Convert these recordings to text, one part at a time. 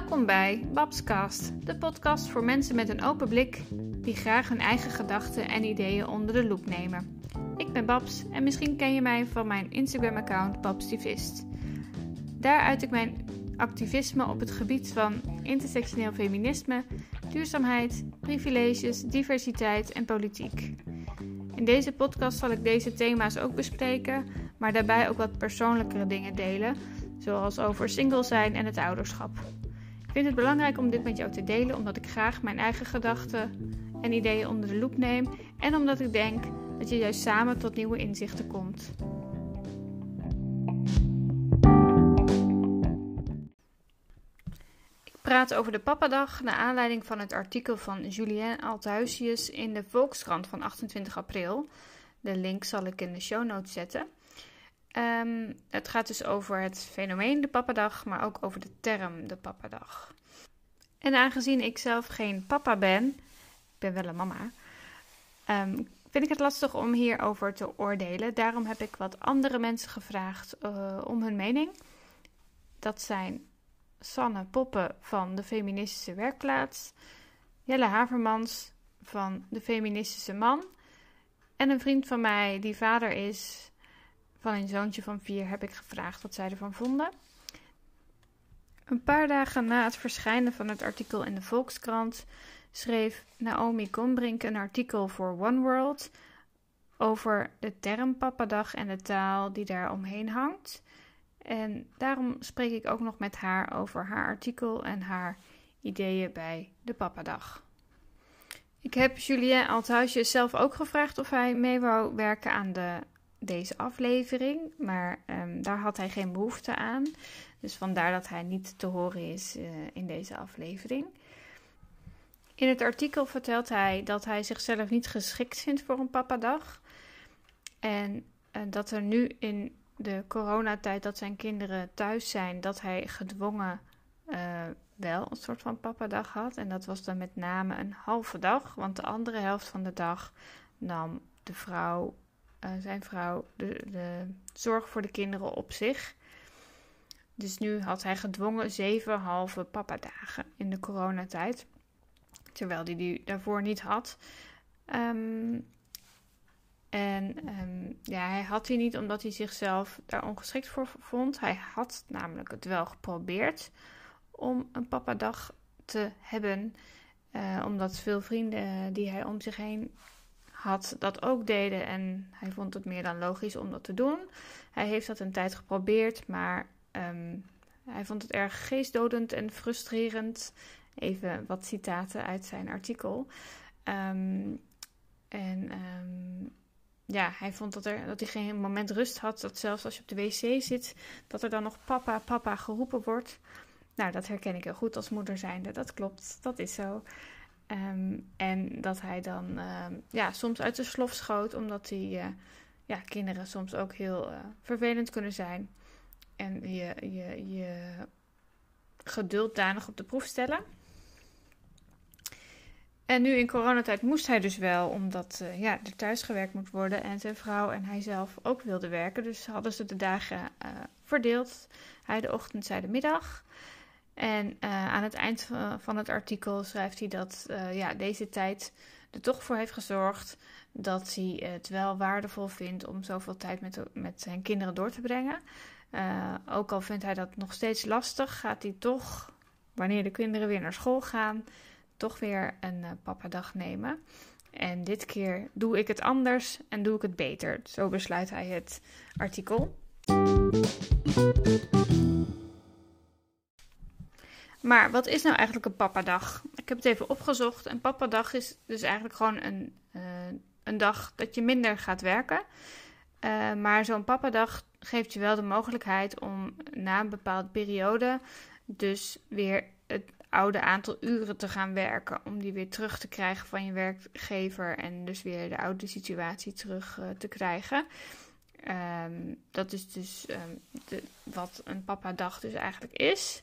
Welkom bij Babscast, de podcast voor mensen met een open blik die graag hun eigen gedachten en ideeën onder de loep nemen. Ik ben Babs en misschien ken je mij van mijn Instagram-account Babstivist. Daar uit ik mijn activisme op het gebied van intersectioneel feminisme, duurzaamheid, privileges, diversiteit en politiek. In deze podcast zal ik deze thema's ook bespreken, maar daarbij ook wat persoonlijkere dingen delen, zoals over single zijn en het ouderschap. Ik vind het belangrijk om dit met jou te delen, omdat ik graag mijn eigen gedachten en ideeën onder de loep neem en omdat ik denk dat je juist samen tot nieuwe inzichten komt. Ik praat over de Papadag naar aanleiding van het artikel van Julien Althuisius in de Volkskrant van 28 april. De link zal ik in de show notes zetten. Het gaat dus over het fenomeen de Papadag, maar ook over de term de Papadag. En aangezien ik zelf geen papa ben, ik ben wel een mama, vind ik het lastig om hierover te oordelen. Daarom heb ik wat andere mensen gevraagd om hun mening. Dat zijn Sanne Poppen van de Feministische Werkplaats, Jelle Havermans van de Feministische Man en een vriend van mij die vader is van een zoontje van 4 heb ik gevraagd wat zij ervan vonden. Een paar dagen na het verschijnen van het artikel in de Volkskrant schreef Naomi Gombrink een artikel voor One World over de term Papadag en de taal die daar omheen hangt. En daarom spreek ik ook nog met haar over haar artikel en haar ideeën bij de Papadag. Ik heb Julien Althuisjes zelf ook gevraagd of hij mee wou werken aan deze aflevering, maar daar had hij geen behoefte aan. Dus vandaar dat hij niet te horen is in deze aflevering. In het artikel vertelt hij dat hij zichzelf niet geschikt vindt voor een papadag. En dat er nu in de coronatijd dat zijn kinderen thuis zijn, dat hij gedwongen wel een soort van papadag had. En dat was dan met name een halve dag, want de andere helft van de dag nam zijn vrouw de zorg voor de kinderen op zich. Dus nu had hij gedwongen 7 halve papadagen in de coronatijd. Terwijl hij die daarvoor niet had. Hij had die niet omdat hij zichzelf daar ongeschikt voor vond. Hij had namelijk het wel geprobeerd om een papadag te hebben. Omdat veel vrienden die hij om zich heen had dat ook deden en hij vond het meer dan logisch om dat te doen. Hij heeft dat een tijd geprobeerd, maar hij vond het erg geestdodend en frustrerend. Even wat citaten uit zijn artikel. Hij vond dat hij geen moment rust had, dat zelfs als je op de wc zit, dat er dan nog papa, papa geroepen wordt. Nou, dat herken ik heel goed als moeder zijnde, dat klopt, dat is zo. En dat hij dan soms uit de slof schoot, omdat kinderen soms ook heel vervelend kunnen zijn. En je geduld danig op de proef stellen. En nu in coronatijd moest hij dus wel, omdat er thuis gewerkt moet worden. En zijn vrouw en hij zelf ook wilden werken. Dus hadden ze de dagen verdeeld. Hij de ochtend, zij de middag. En aan het eind van het artikel schrijft hij dat deze tijd er toch voor heeft gezorgd dat hij het wel waardevol vindt om zoveel tijd met zijn kinderen door te brengen. Ook al vindt hij dat nog steeds lastig, gaat hij toch, wanneer de kinderen weer naar school gaan, toch weer een papadag nemen. En dit keer doe ik het anders en doe ik het beter. Zo besluit hij het artikel. Maar wat is nou eigenlijk een papadag? Ik heb het even opgezocht. Een papadag is dus eigenlijk gewoon een dag dat je minder gaat werken. Maar zo'n papadag geeft je wel de mogelijkheid om na een bepaalde periode dus weer het oude aantal uren te gaan werken. Om die weer terug te krijgen van je werkgever en dus weer de oude situatie terug te krijgen. Dat is dus wat een papadag dus eigenlijk is.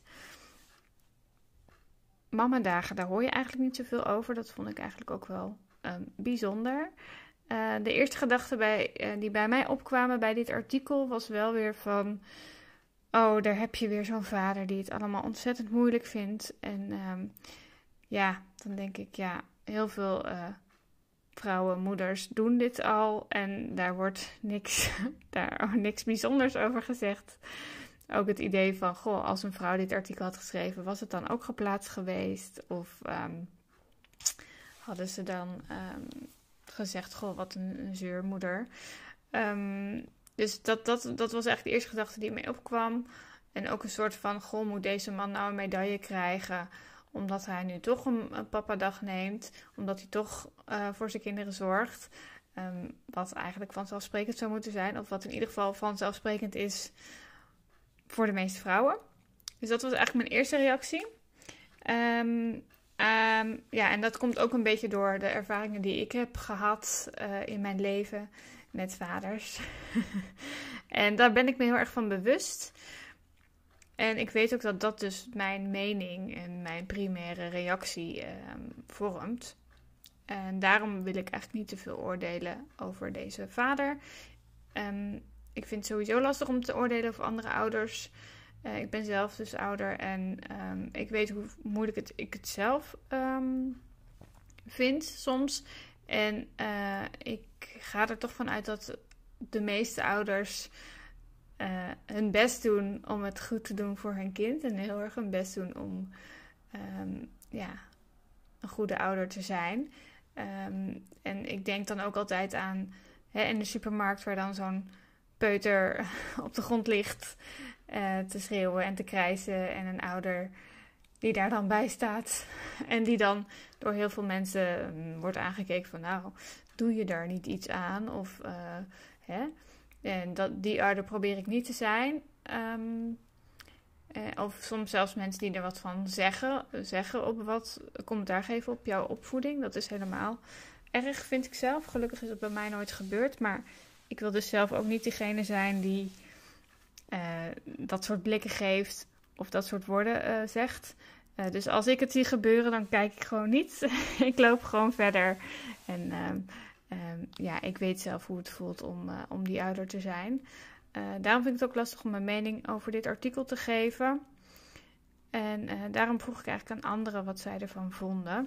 Mamadagen, daar hoor je eigenlijk niet zoveel over. Dat vond ik eigenlijk ook wel bijzonder. De eerste gedachten die bij mij opkwamen bij dit artikel was wel weer van oh, daar heb je weer zo'n vader die het allemaal ontzettend moeilijk vindt. En dan denk ik, ja, heel veel vrouwen, moeders doen dit al. En daar wordt niks bijzonders over gezegd. Ook het idee van, goh, als een vrouw dit artikel had geschreven, was het dan ook geplaatst geweest? Of hadden ze dan gezegd, goh, wat een zeurmoeder. Dus dat was eigenlijk de eerste gedachte die me opkwam. En ook een soort van, goh, moet deze man nou een medaille krijgen omdat hij nu toch een papadag neemt, omdat hij toch voor zijn kinderen zorgt. Wat eigenlijk vanzelfsprekend zou moeten zijn, of wat in ieder geval vanzelfsprekend is voor de meeste vrouwen. Dus dat was eigenlijk mijn eerste reactie. En dat komt ook een beetje door de ervaringen die ik heb gehad in mijn leven met vaders. En daar ben ik me heel erg van bewust. En ik weet ook dat dat dus mijn mening en mijn primaire reactie vormt. En daarom wil ik eigenlijk niet te veel oordelen over deze vader. Ik vind het sowieso lastig om te oordelen over andere ouders. Ik ben zelf dus ouder en ik weet hoe moeilijk ik het zelf vind soms. En ik ga er toch van uit dat de meeste ouders hun best doen om het goed te doen voor hun kind. En heel erg hun best doen om een goede ouder te zijn. En ik denk dan ook altijd aan in de supermarkt waar dan zo'n peuter op de grond ligt te schreeuwen en te krijsen. En een ouder die daar dan bij staat. En die dan door heel veel mensen wordt aangekeken van, nou, doe je daar niet iets aan? Of En die ouder probeer ik niet te zijn. Of soms zelfs mensen die er wat van zeggen op wat commentaar geven op jouw opvoeding. Dat is helemaal erg, vind ik zelf. Gelukkig is het bij mij nooit gebeurd. Maar ik wil dus zelf ook niet degene zijn die dat soort blikken geeft of dat soort woorden zegt. Dus als ik het zie gebeuren, dan kijk ik gewoon niet. Ik loop gewoon verder. En ik weet zelf hoe het voelt om die ouder te zijn. Daarom vind ik het ook lastig om mijn mening over dit artikel te geven. En daarom vroeg ik eigenlijk aan anderen wat zij ervan vonden.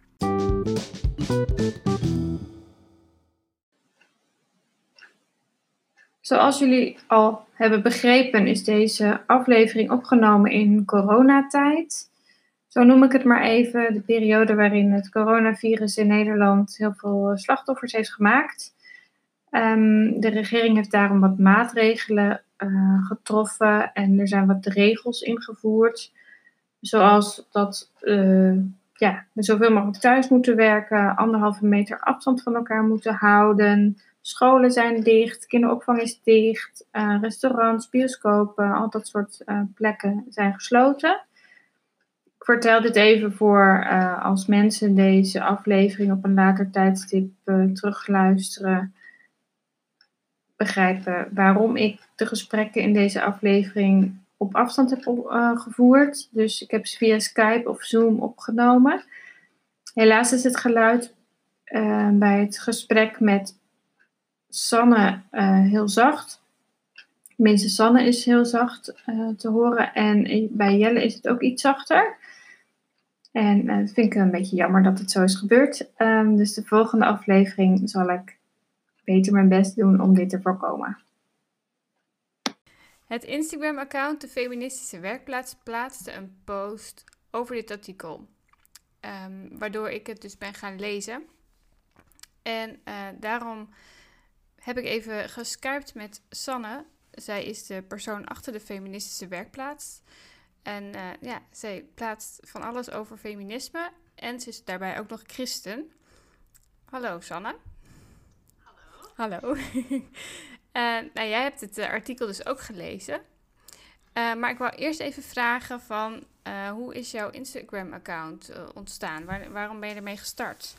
Zoals jullie al hebben begrepen is deze aflevering opgenomen in coronatijd. Zo noem ik het maar even, de periode waarin het coronavirus in Nederland heel veel slachtoffers heeft gemaakt. De regering heeft daarom wat maatregelen getroffen en er zijn wat regels ingevoerd. Zoals dat we zoveel mogelijk thuis moeten werken, 1,5 meter afstand van elkaar moeten houden. Scholen zijn dicht, kinderopvang is dicht, restaurants, bioscopen, al dat soort plekken zijn gesloten. Ik vertel dit even voor als mensen deze aflevering op een later tijdstip terugluisteren, begrijpen waarom ik de gesprekken in deze aflevering op afstand heb gevoerd. Dus ik heb ze via Skype of Zoom opgenomen. Helaas is het geluid bij het gesprek met Sanne heel zacht. Tenminste, Sanne is heel zacht te horen. En bij Jelle is het ook iets zachter. En dat vind ik een beetje jammer dat het zo is gebeurd. Dus de volgende aflevering zal ik beter mijn best doen om dit te voorkomen. Het Instagram-account De Feministische Werkplaats plaatste een post over dit artikel. Waardoor ik het dus ben gaan lezen. En daarom heb ik even geskypt met Sanne. Zij is de persoon achter de Feministische Werkplaats. En zij plaatst van alles over feminisme. En ze is daarbij ook nog christen. Hallo Sanne. Hallo. Jij hebt het artikel dus ook gelezen. Maar ik wou eerst even vragen van hoe is jouw Instagram-account ontstaan? Waarom ben je ermee gestart?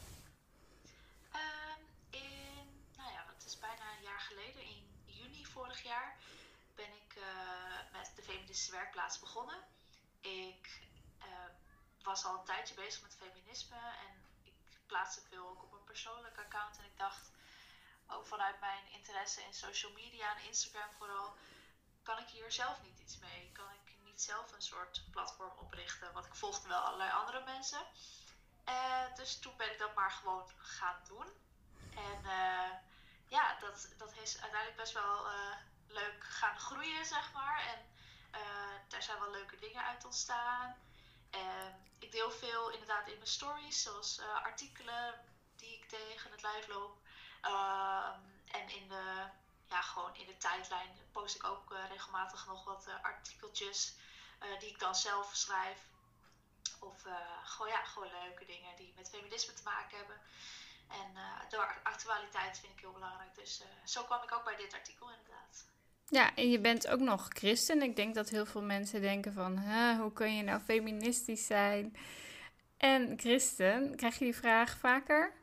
Het is bijna een jaar geleden, in juni vorig jaar, ben ik met de Feministische Werkplaats begonnen. Ik was al een tijdje bezig met feminisme en ik plaatste veel ook op een persoonlijk account. En ik dacht, ook vanuit mijn interesse in social media en Instagram vooral, kan ik hier zelf niet iets mee? Kan ik niet zelf een soort platform oprichten? Want ik volgde wel allerlei andere mensen. Dus toen ben ik dat maar gewoon gaan doen. En ja, dat is uiteindelijk best wel leuk gaan groeien, zeg maar. En daar zijn wel leuke dingen uit ontstaan. Ik deel veel inderdaad in mijn stories, zoals artikelen die ik tegen het lijf loop. En gewoon in de tijdlijn post ik ook regelmatig nog wat artikeltjes die ik dan zelf schrijf. Of gewoon leuke dingen die met feminisme te maken hebben. En de actualiteit vind ik heel belangrijk. Dus zo kwam ik ook bij dit artikel inderdaad. Ja, en je bent ook nog christen. Ik denk dat heel veel mensen denken van, hoe kun je nou feministisch zijn en christen? Krijg je die vraag vaker?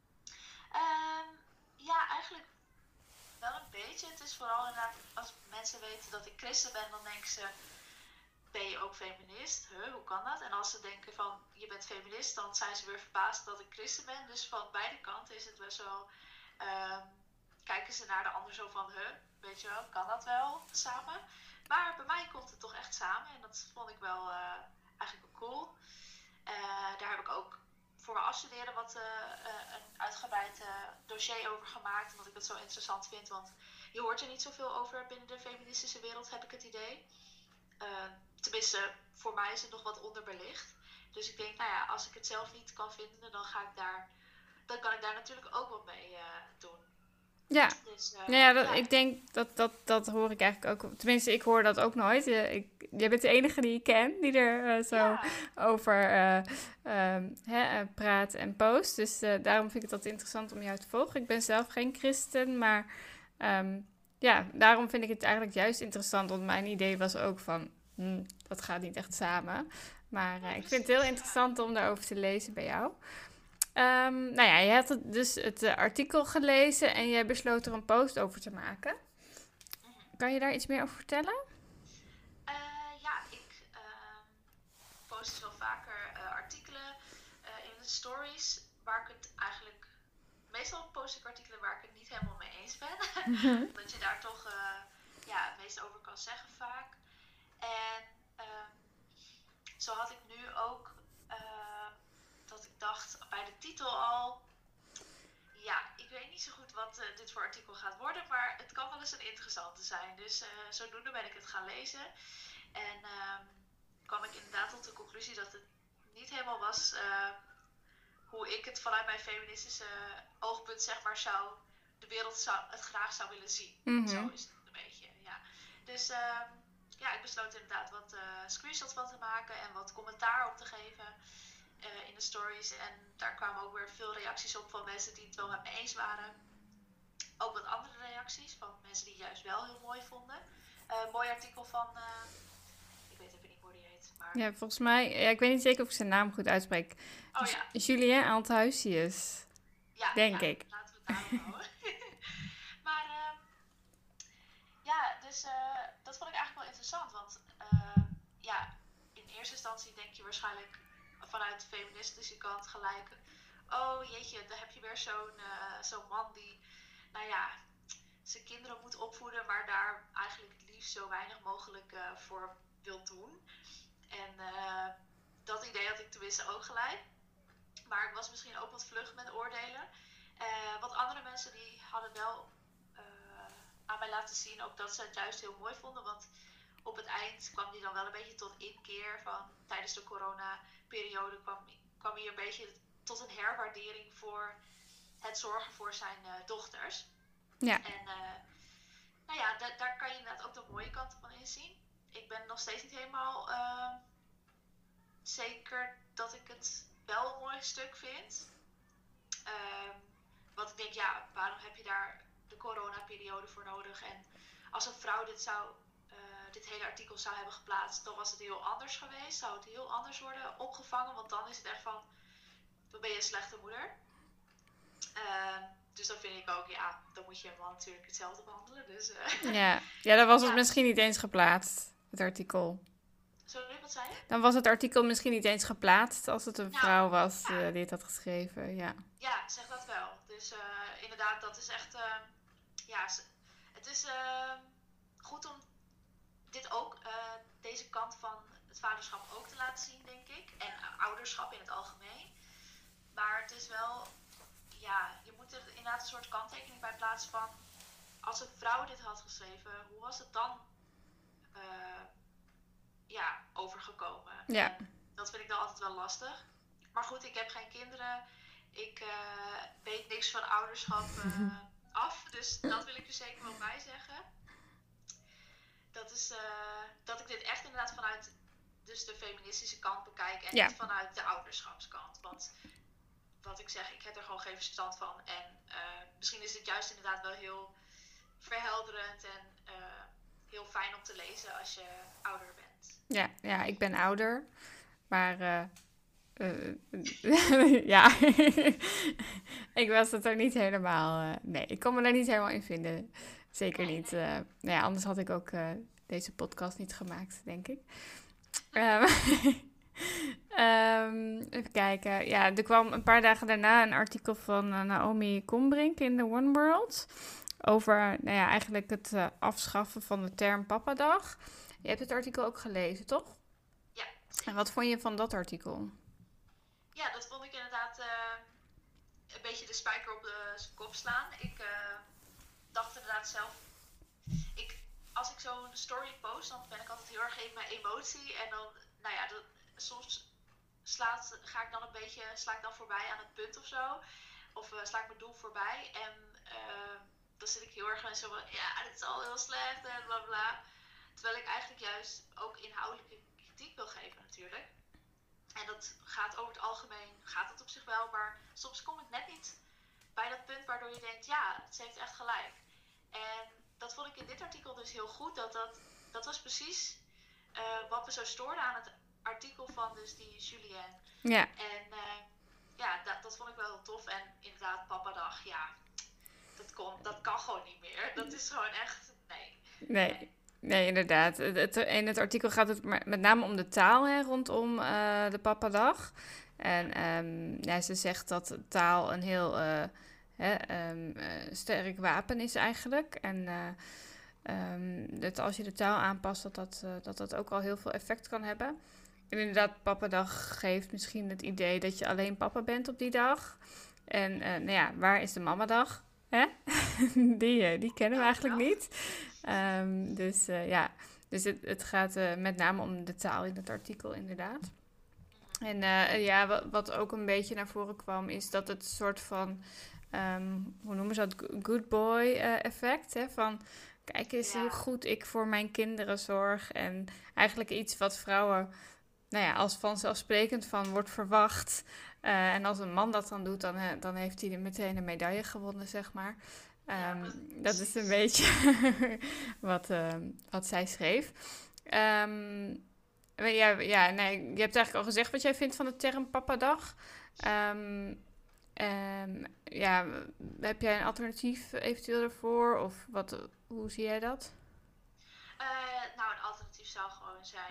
Ja, eigenlijk wel een beetje. Het is vooral inderdaad, als mensen weten dat ik christen ben, dan denken ze, ben je ook feminist? Hoe kan dat? En als ze denken van, je bent feminist, dan zijn ze weer verbaasd dat ik christen ben. Dus van beide kanten is het best wel, kijken ze naar de ander zo van, weet je wel, kan dat wel samen? Maar bij mij komt het toch echt samen en dat vond ik wel eigenlijk wel cool. Daar heb ik ook voor mijn afstuderen een uitgebreid dossier over gemaakt, omdat ik het zo interessant vind. Want je hoort er niet zoveel over binnen de feministische wereld, heb ik het idee. Tenminste, voor mij is het nog wat onderbelicht. Dus ik denk, nou ja, als ik het zelf niet kan vinden, dan kan ik daar natuurlijk ook wat mee doen. Ja, dus, ik denk dat hoor ik eigenlijk ook. Tenminste, ik hoor dat ook nooit. Jij bent de enige die ik ken die er over praat en post. Dus daarom vind ik het interessant om jou te volgen. Ik ben zelf geen christen, maar daarom vind ik het eigenlijk juist interessant. Want mijn idee was ook van, dat gaat niet echt samen. Maar ik vind het heel interessant om daarover te lezen bij jou. Je had het artikel gelezen en jij besloot er een post over te maken. Kan je daar iets meer over vertellen? Ik post dus wel vaker artikelen in de stories waar ik het eigenlijk... Meestal post ik artikelen waar ik het niet helemaal mee eens ben. Dat je daar toch het meest over kan zeggen vaak. En zo had ik nu ook... dat ik dacht bij de titel al, ik weet niet zo goed wat dit voor artikel gaat worden, maar het kan wel eens een interessante zijn. Dus zodoende ben ik het gaan lezen. En kwam ik inderdaad tot de conclusie dat het niet helemaal was hoe ik het vanuit mijn feministische oogpunt, zeg maar, de wereld het graag zou willen zien. Mm-hmm. Zo is het een beetje, ja. Dus ik besloot inderdaad wat screenshots van te maken en wat commentaar op te geven in de stories. En daar kwamen ook weer veel reacties op van mensen die het wel met me eens waren. Ook wat andere reacties van mensen die het juist wel heel mooi vonden. Een mooi artikel van, ik weet even niet hoe die heet. Maar... Ja, volgens mij, ik weet niet zeker of ik zijn naam goed uitspreek. Julien Althuisius, denk ik. Laten we het daarop houden. Maar dus dat vond ik eigenlijk wel interessant. Want in eerste instantie denk je waarschijnlijk vanuit de feministische kant gelijk, oh jeetje, dan heb je weer zo'n man die, zijn kinderen moet opvoeden, maar daar eigenlijk het liefst zo weinig mogelijk voor wil doen. En dat idee had ik tenminste ook gelijk. Maar ik was misschien ook wat vlug met oordelen. Want andere mensen die hadden wel aan mij laten zien ook dat ze het juist heel mooi vonden. Want op het eind kwam die dan wel een beetje tot inkeer van tijdens de coronaperiode kwam hij een beetje tot een herwaardering voor het zorgen voor zijn dochters. Ja. En daar kan je inderdaad ook de mooie kanten van inzien. Ik ben nog steeds niet helemaal zeker dat ik het wel een mooi stuk vind. Want ik denk, waarom heb je daar de coronaperiode voor nodig? En als een vrouw dit hele artikel zou hebben geplaatst, dan was het heel anders geweest. Zou het heel anders worden opgevangen. Want dan is het echt van, dan ben je een slechte moeder. Dus dan vind ik ook, dan moet je hem wel natuurlijk hetzelfde behandelen. Dus, dan was het misschien niet eens geplaatst, het artikel. Sorry, wat zei je? Dan was het artikel misschien niet eens geplaatst als het een vrouw was die het had geschreven, Ja, zeg dat wel. Dus inderdaad, dat is echt... het is goed om kant van het vaderschap ook te laten zien, denk ik. En ouderschap in het algemeen. Maar het is wel, ja, je moet er inderdaad een soort kanttekening bij plaatsen van, als een vrouw dit had geschreven, hoe was het dan overgekomen? Ja. Dat vind ik dan altijd wel lastig. Maar goed, ik heb geen kinderen. Ik weet niks van ouderschap af. Dus dat wil ik er zeker wel bij zeggen. Dat is dat ik dit echt inderdaad vanuit dus de feministische kant bekijk. En niet vanuit de ouderschapskant. Want wat ik zeg, ik heb er gewoon geen verstand van. En misschien is het juist inderdaad wel heel verhelderend en heel fijn om te lezen als je ouder bent. Ja, ik ben ouder. Maar ja, ik was het er niet helemaal... nee, ik kon me er niet helemaal in vinden. Zeker niet. Anders had ik ook deze podcast niet gemaakt, denk ik. Even kijken. Ja, er kwam een paar dagen daarna een artikel van Naomi Kombrink in The One World. Over eigenlijk het afschaffen van de term Papadag. Je hebt het artikel ook gelezen, toch? Ja. En wat vond je van dat artikel? Ja, dat vond ik inderdaad een beetje de spijker op de kop slaan. Ik dacht inderdaad zelf... Als ik zo'n story post, dan ben ik altijd heel erg in mijn emotie. En dan, soms sla ik dan voorbij aan het punt of zo. Of sla ik mijn doel voorbij. En dan zit ik heel erg in zo van, ja, dit is al heel slecht en bla bla. Terwijl ik eigenlijk juist ook inhoudelijke kritiek wil geven natuurlijk. En dat gaat over het algemeen, gaat het op zich wel. Maar soms kom ik net niet bij dat punt waardoor je denkt, ja, ze heeft echt gelijk. En dat vond ik in dit artikel dus heel goed. Dat was precies wat me zo stoorde aan het artikel van dus die Julienne. Ja. En dat vond ik wel heel tof. En inderdaad, Papadag, ja, dat kan gewoon niet meer. Dat is gewoon echt, Nee, inderdaad. In het artikel gaat het met name om de taal rondom de Papadag. En ze zegt dat taal een heel sterk wapen is eigenlijk. En dat als je de taal aanpast, dat ook al heel veel effect kan hebben. En inderdaad, Papadag geeft misschien het idee dat je alleen papa bent op die dag. En waar is de mamadag? Hè? Die kennen we eigenlijk niet. Dus het gaat met name om de taal in het artikel, inderdaad. En wat ook een beetje naar voren kwam, is dat het soort van, hoe noemen ze dat, good boy effect, hè? Van, kijk eens hoe goed ik voor mijn kinderen zorg. En eigenlijk iets wat vrouwen, als vanzelfsprekend van wordt verwacht. En als een man dat dan doet, dan heeft hij meteen een medaille gewonnen, zeg maar. Dat is een beetje wat zij schreef. Je hebt eigenlijk al gezegd wat jij vindt van de term Papadag. Heb jij een alternatief eventueel ervoor? Of hoe zie jij dat? Een alternatief zou gewoon zijn,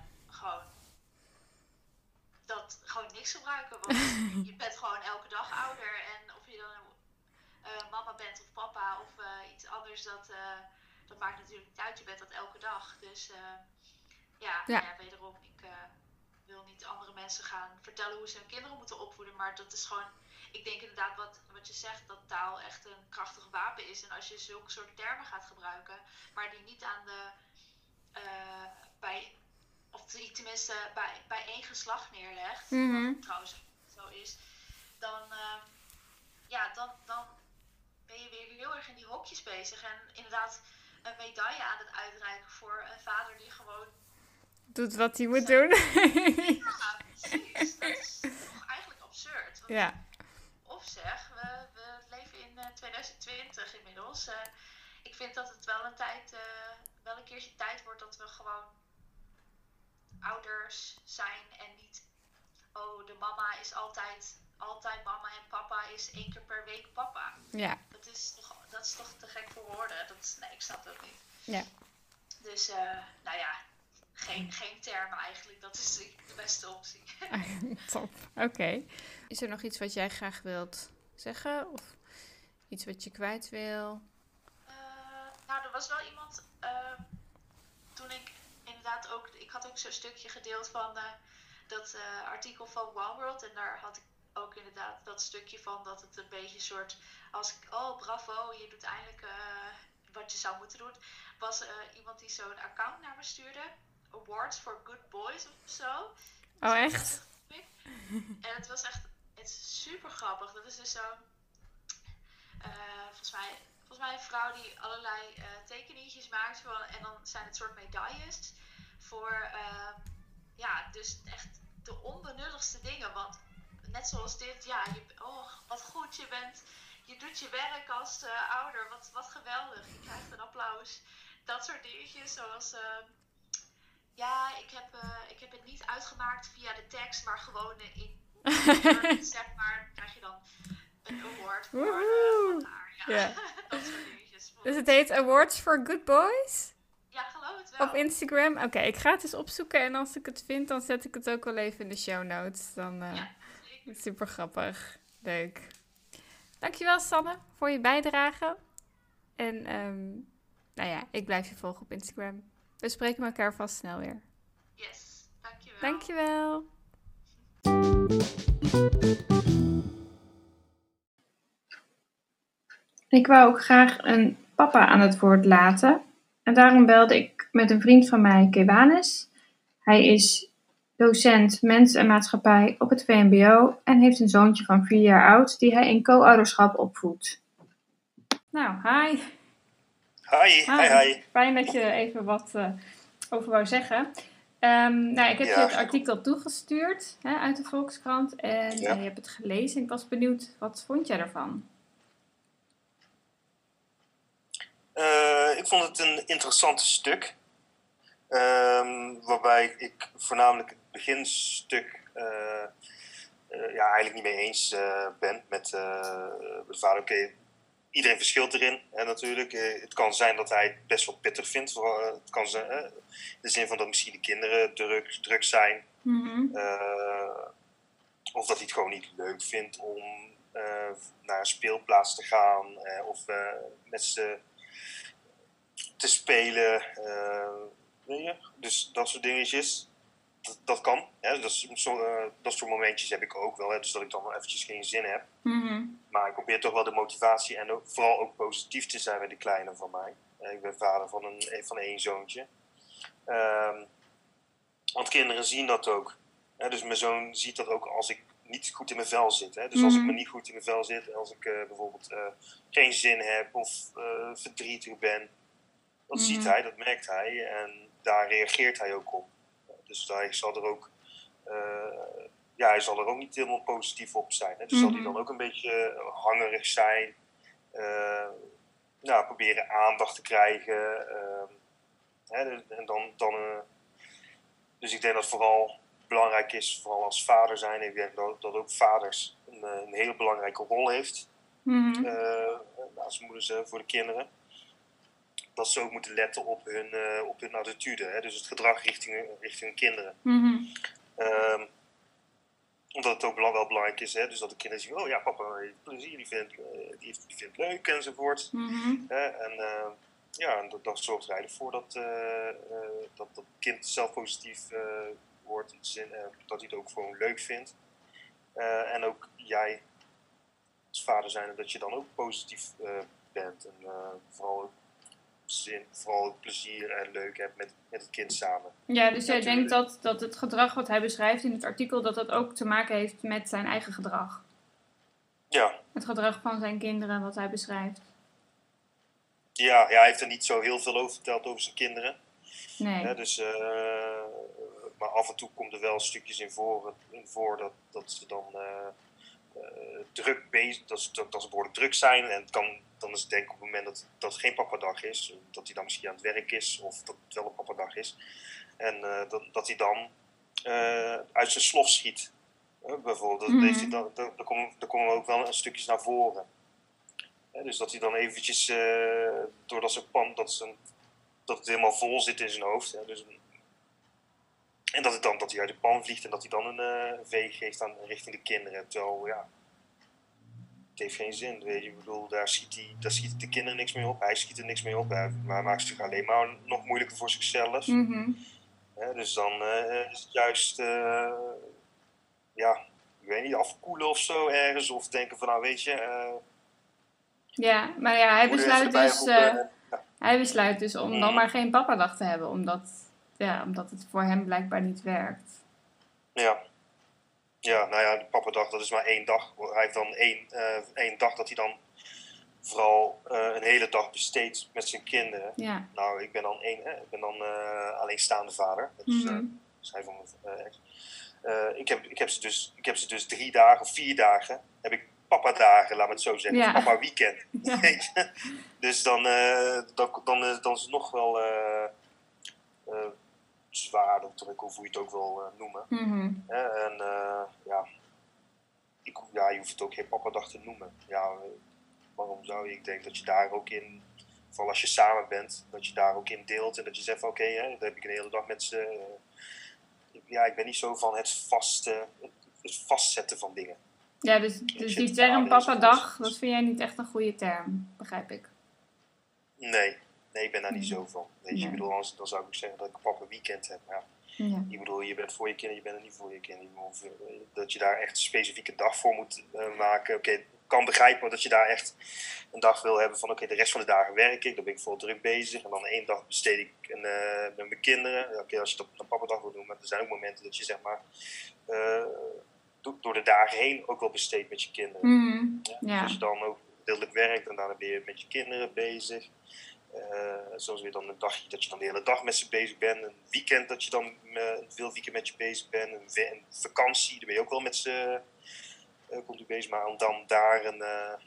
gewoon niks gebruiken. Want je bent gewoon elke dag ouder. En of je dan mama bent of papa of iets anders, dat maakt natuurlijk niet uit. Je bent dat elke dag. Dus wederom, ik wil niet andere mensen gaan vertellen hoe ze hun kinderen moeten opvoeden. Maar dat is gewoon, ik denk inderdaad wat je zegt, dat taal echt een krachtig wapen is. En als je zulke soort termen gaat gebruiken, maar die niet aan tenminste bij één geslacht neerlegt, wat trouwens zo is, dan ben je weer heel erg in die hokjes bezig. En inderdaad een medaille aan het uitreiken voor een vader die gewoon doet wat hij moet doen. Ja, precies. Dat is toch eigenlijk absurd. Want of zeg, we leven in 2020 inmiddels. Ik vind dat het wel een keertje tijd wordt dat we gewoon ouders zijn en niet, de mama is altijd mama en papa is 1 keer per week papa. Ja. Dat is toch te gek voor woorden. Ik snap dat niet. Ja. Dus, geen termen eigenlijk. Dat is de beste optie. Top. Oké. Is er nog iets wat jij graag wilt zeggen? Of iets wat je kwijt wil? Er was wel iemand, toen ik inderdaad ik had ook zo'n stukje gedeeld van dat artikel van One World. En daar had ik ook inderdaad dat stukje van dat het een beetje een soort oh bravo, je doet eindelijk wat je zou moeten doen. Was iemand die zo'n account naar me stuurde. Awards for Good Boys of zo. Oh, echt? En het was echt, het is super grappig. Dat is dus zo'n, volgens mij een vrouw die allerlei tekeningetjes maakt. En dan zijn het soort medailles voor, dus echt de onbenulligste dingen. Want net zoals dit, wat goed je doet je werk als ouder. Wat geweldig, je krijgt een applaus. Dat soort dingetjes, zoals... ik heb het niet uitgemaakt via de tekst, maar gewoon in zeg maar, krijg je dan een award voor haar. Ja, dat soort dingetjes. Dus het heet Awards for Good Boys? Ja, geloof het wel. Op Instagram? Oké, ik ga het eens opzoeken en als ik het vind, dan zet ik het ook wel even in de show notes. Dan super grappig. Leuk. Dankjewel, Sanne, voor je bijdrage. En ik blijf je volgen op Instagram. We spreken elkaar vast snel weer. Yes, dankjewel. Dankjewel. Ik wou ook graag een papa aan het woord laten. En daarom belde ik met een vriend van mij, Kewanis. Hij is docent mens en maatschappij op het VMBO en heeft een zoontje van 4 jaar oud die hij in co-ouderschap opvoedt. Nou, hi. Hi. Fijn dat je even wat over wou zeggen. Ik heb je het artikel toegestuurd uit de Volkskrant en je hebt het gelezen. Ik was benieuwd, wat vond jij ervan? Ik vond het een interessant stuk. Waarbij ik voornamelijk het beginstuk eigenlijk niet mee eens ben met de vader. Oké, iedereen verschilt erin natuurlijk. Het kan zijn dat hij het best wel pittig vindt. Het kan zijn, in de zin van dat misschien de kinderen druk zijn. Mm-hmm. Of dat hij het gewoon niet leuk vindt om naar een speelplaats te gaan. Of met ze te spelen. Dus dat soort dingetjes. Dat kan. Hè? Dat soort momentjes heb ik ook wel. Hè? Dus dat ik dan wel eventjes geen zin heb. Mm-hmm. Maar ik probeer toch wel de motivatie en vooral ook positief te zijn bij de kleine van mij. Ik ben vader van één zoontje. Want kinderen zien dat ook. Dus mijn zoon ziet dat ook als ik niet goed in mijn vel zit. Dus als ik me niet goed in mijn vel zit, als ik bijvoorbeeld geen zin heb of verdrietig ben. Dat ziet hij, dat merkt hij en daar reageert hij ook op. Dus hij zal er ook, hij zal er ook niet helemaal positief op zijn. Dus zal hij dan ook een beetje hangerig zijn. Proberen aandacht te krijgen. Dus ik denk dat vooral belangrijk is, vooral als vader zijn. Ik denk dat ook vaders een hele belangrijke rol heeft. Als moeders voor de kinderen. Dat ze ook moeten letten op hun attitude. Dus het gedrag richting hun kinderen. Omdat het ook wel belangrijk is. Dus dat de kinderen zien, oh ja, papa heeft plezier, die vindt het leuk enzovoort. En dat zorgt er eigenlijk voor dat het kind zelf positief wordt. In de zin dat hij het ook gewoon leuk vindt. En ook jij als vader zijn, dat je dan ook positief bent. En vooral plezier en leuk hebt met het kind samen. Ja, dus jij denkt dat het gedrag wat hij beschrijft in het artikel, dat ook te maken heeft met zijn eigen gedrag? Ja. Het gedrag van zijn kinderen, wat hij beschrijft. Ja, hij heeft er niet zo heel veel over verteld over zijn kinderen. Nee. Maar af en toe komt er wel stukjes in voor dat ze dan druk bezig, dat ze behoorlijk druk zijn. En dan is het denk ik op het moment dat het geen papadag is, dat hij dan misschien aan het werk is of dat het wel een papadag is. En dat hij dan uit zijn slof schiet. Bijvoorbeeld, daar komen ook wel een stukjes naar voren. Dus dat hij dan eventjes, doordat dat het helemaal vol zit in zijn hoofd. En dat hij uit de pan vliegt en dat hij dan een veeg geeft richting de kinderen. Terwijl, het heeft geen zin. Weet je, ik bedoel, daar schiet de kinderen niks mee op. Hij schiet er niks mee op. Maar hij maakt zich alleen maar nog moeilijker voor zichzelf. Dus dan is het juist, ik weet niet, afkoelen of zo ergens. Of denken van, nou weet je... ja, maar ja, hij moeder besluit dus om dan maar geen papadag te hebben. Omdat het voor hem blijkbaar niet werkt. Ja. Ja, nou ja, de papadag, dat is maar 1 dag. Hij heeft dan één dag dat hij dan vooral een hele dag besteedt met zijn kinderen. Ja. Nou, ik ben dan alleenstaande vader. Dus hij van mijn ex. Ik heb ze dus 3 dagen of 4 dagen, heb ik papa-dagen, laat me het zo zeggen. Ja. Papa weekend. Ja. Weet je? Dus dan is het nog wel zwaar, hoe je het ook wil noemen. Mm-hmm. En je hoeft het ook geen papadag te noemen. Ja, waarom zou je? Ik denk dat je daar ook in, vooral als je samen bent, dat je daar ook in deelt. En dat je zegt van oké, dan heb ik een hele dag met ze. Ik ben niet zo van het vastzetten van dingen. Ja, dus die term papadag, dat vind jij niet echt een goede term, begrijp ik. Nee, ik ben daar niet zo van. Weet je, Nee. ik bedoel, dan zou ik zeggen dat ik een papa weekend heb. Ja. Ja. Ik bedoel, je bent voor je kinderen, je bent er niet voor je kinderen. Dat je daar echt een specifieke dag voor moet maken. Oké, ik kan begrijpen dat je daar echt een dag wil hebben van de rest van de dagen werk ik. Dan ben ik vol druk bezig. En dan 1 dag besteed ik met mijn kinderen. Oké, als je dat een papadag wil doen. Maar er zijn ook momenten dat je zeg maar door de dagen heen ook wel besteedt met je kinderen. Mm-hmm. Ja? Ja. Dus als je dan ook gedeeltelijk werkt en daarna ben je met je kinderen bezig. Zoals weer dan een dagje dat je dan de hele dag met ze bezig bent. Een weekend dat je dan veel weekend met je bezig bent. Een vakantie, daar ben je ook wel met ze bezig. Maar om dan daar een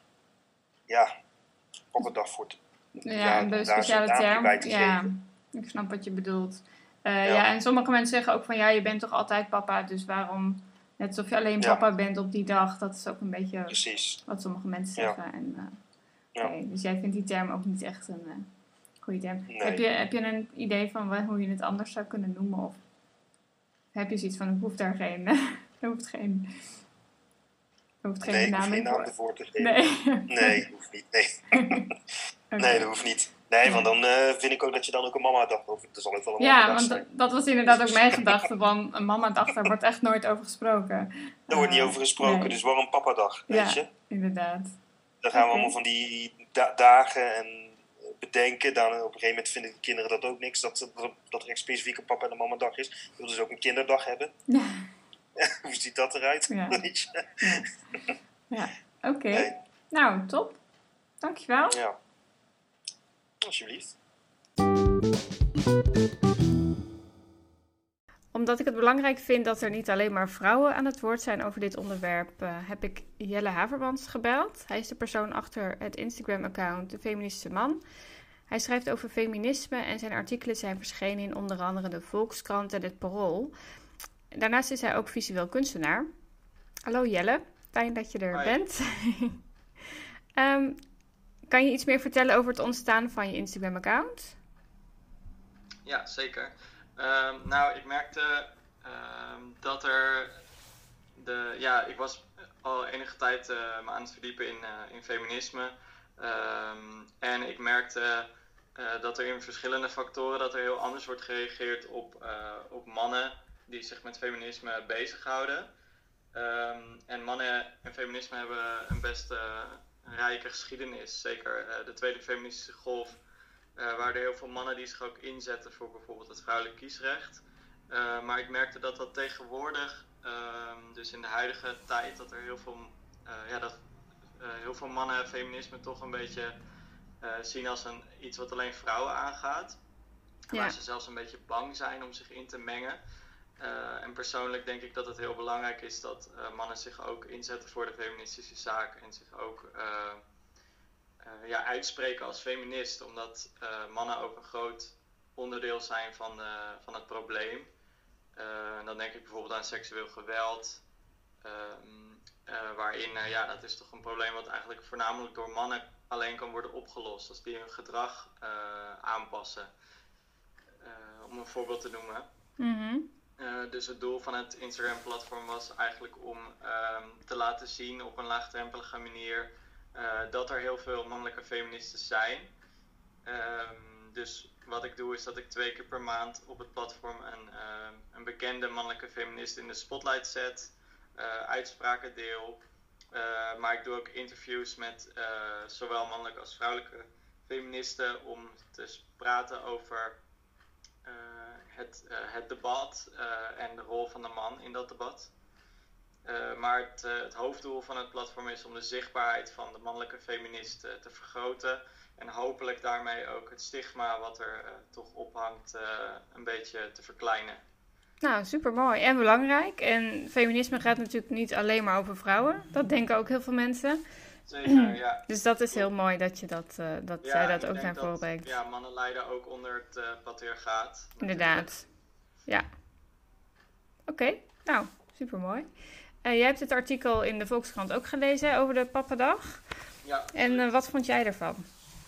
pappendag voor te een speciale term. bij te geven. Ik snap wat je bedoelt. En sommige mensen zeggen ook van je bent toch altijd papa, dus waarom, net alsof je alleen papa bent op die dag. Dat is ook een beetje Precies. wat sommige mensen zeggen. En, Ja. Dus jij vindt die term ook niet echt een goede term. Nee. Heb je een idee van hoe je het anders zou kunnen noemen? Of heb je zoiets van, er hoeft daar geen... er hoeft geen benaming voor te geven. Nee, dat hoeft niet. Nee. Okay. Nee, dat hoeft niet. Nee, want dan vind ik ook dat je dan ook een mama-dag... Of er zal ook wel een ja, mama-dag want zijn. dat was inderdaad ook mijn gedachte van een mama-dag, daar wordt echt nooit over gesproken. Daar wordt niet over gesproken, nee. Dus waarom papa-dag, weet je? Inderdaad. Dan gaan we allemaal van die dagen en bedenken. Dan op een gegeven moment vinden de kinderen dat ook niks. Dat er echt specifiek een papa en een mama-dag is. Je wil dus ook een kinderdag hebben. Ja. Hoe ziet dat eruit? Ja. Weet je? Ja. Oké. Nee. Nou, top. Dankjewel. Ja. Alsjeblieft. Omdat ik het belangrijk vind dat er niet alleen maar vrouwen aan het woord zijn over dit onderwerp, heb ik Jelle Havermans gebeld. Hij is de persoon achter het Instagram-account De Feministische Man. Hij schrijft over feminisme en zijn artikelen zijn verschenen in onder andere de Volkskrant en het Parool. Daarnaast is hij ook visueel kunstenaar. Hallo Jelle, fijn dat je er bent. Kan je iets meer vertellen over het ontstaan van je Instagram-account? Ja, zeker. Ik merkte dat ik was al enige tijd me aan het verdiepen in feminisme. En ik merkte dat er in verschillende factoren dat er heel anders wordt gereageerd op mannen die zich met feminisme bezighouden. En mannen en feminisme hebben een best rijke geschiedenis. Zeker de tweede feministische golf. Waren er heel veel mannen die zich ook inzetten voor bijvoorbeeld het vrouwelijk kiesrecht. Maar ik merkte dat tegenwoordig, dus in de huidige tijd, dat er heel veel mannen feminisme toch een beetje zien als iets wat alleen vrouwen aangaat. Ja. Waar ze zelfs een beetje bang zijn om zich in te mengen. En persoonlijk denk ik dat het heel belangrijk is dat mannen zich ook inzetten voor de feministische zaak en zich ook uitspreken als feminist, omdat mannen ook een groot onderdeel zijn van het probleem. Dan denk ik bijvoorbeeld aan seksueel geweld, waarin dat is toch een probleem wat eigenlijk voornamelijk door mannen alleen kan worden opgelost als die hun gedrag aanpassen. Om een voorbeeld te noemen. Mm-hmm. Dus het doel van het Instagram-platform was eigenlijk om te laten zien op een laagdrempelige manier dat er heel veel mannelijke feministen zijn. Dus wat ik doe is dat ik 2 keer per maand op het platform een bekende mannelijke feminist in de spotlight zet, uitspraken deel. Maar ik doe ook interviews met zowel mannelijke als vrouwelijke feministen om te praten over het debat en de rol van de man in dat debat. Maar het hoofddoel van het platform is om de zichtbaarheid van de mannelijke feminist te vergroten. En hopelijk daarmee ook het stigma wat er toch ophangt een beetje te verkleinen. Nou, supermooi en belangrijk. En feminisme gaat natuurlijk niet alleen maar over vrouwen. Dat denken ook heel veel mensen. Zeker, ja. Dus dat is heel mooi dat je zij dat ook naar voren brengt. Ja, mannen lijden ook onder het patriarchaat. Inderdaad. Ja. Oké, nou, supermooi. Jij hebt het artikel in de Volkskrant ook gelezen over de Pappadag. Ja. En wat vond jij ervan?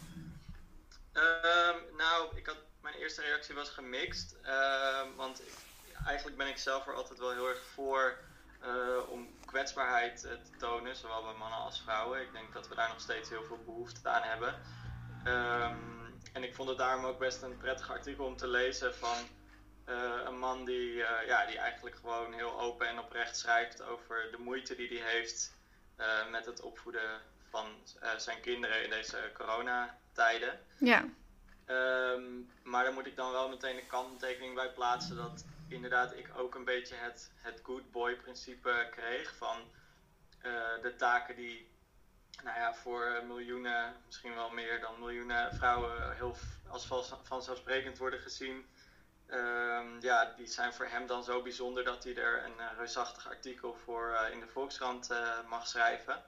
Mijn eerste reactie was gemixt. Want eigenlijk ben ik zelf er altijd wel heel erg voor om kwetsbaarheid te tonen, zowel bij mannen als vrouwen. Ik denk dat we daar nog steeds heel veel behoefte aan hebben. En ik vond het daarom ook best een prettig artikel om te lezen van een man die eigenlijk gewoon heel open en oprecht schrijft over de moeite die hij heeft met het opvoeden van zijn kinderen in deze coronatijden. Ja. Maar daar moet ik dan wel meteen een kanttekening bij plaatsen dat inderdaad ik ook een beetje het good boy principe kreeg van de taken die voor miljoenen, misschien wel meer dan miljoenen vrouwen heel als vanzelfsprekend worden gezien. Die zijn voor hem dan zo bijzonder dat hij er een reusachtig artikel voor in de Volkskrant mag schrijven.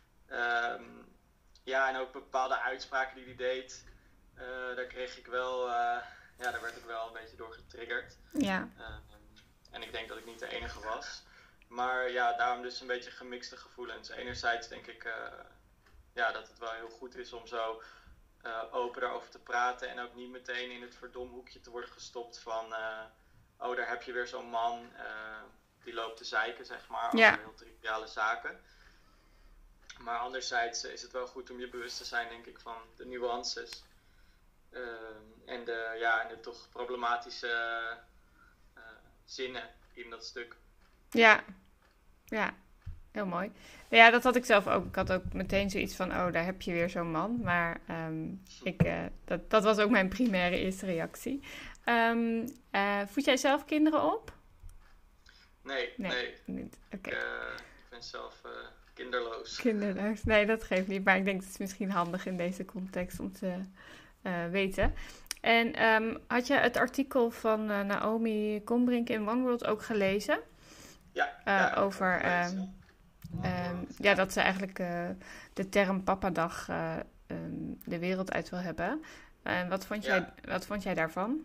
En ook bepaalde uitspraken die hij deed, daar kreeg ik wel, daar werd ik wel een beetje door getriggerd. Ja. En ik denk dat ik niet de enige was. Maar ja, daarom dus een beetje gemixte gevoelens. Enerzijds denk ik dat het wel heel goed is om zo open daarover te praten. En ook niet meteen in het verdomhoekje te worden gestopt van daar heb je weer zo'n man die loopt te zeiken, zeg maar, over heel triviale zaken. Maar anderzijds is het wel goed om je bewust te zijn, denk ik, van de nuances. En de toch problematische zinnen in dat stuk. Ja, heel mooi. Ja, dat had ik zelf ook. Ik had ook meteen zoiets van, daar heb je weer zo'n man. Maar dat was ook mijn primaire eerste reactie. Voed jij zelf kinderen op? Nee. Niet. Okay. Ik ben zelf kinderloos. Kinderloos. Nee, dat geeft niet. Maar ik denk dat het misschien handig in deze context om te weten. En had je het artikel van Naomi Kombrink in One World ook gelezen? Ja. Over dat ze eigenlijk de term Pappadag de wereld uit wil hebben. Wat vond jij daarvan?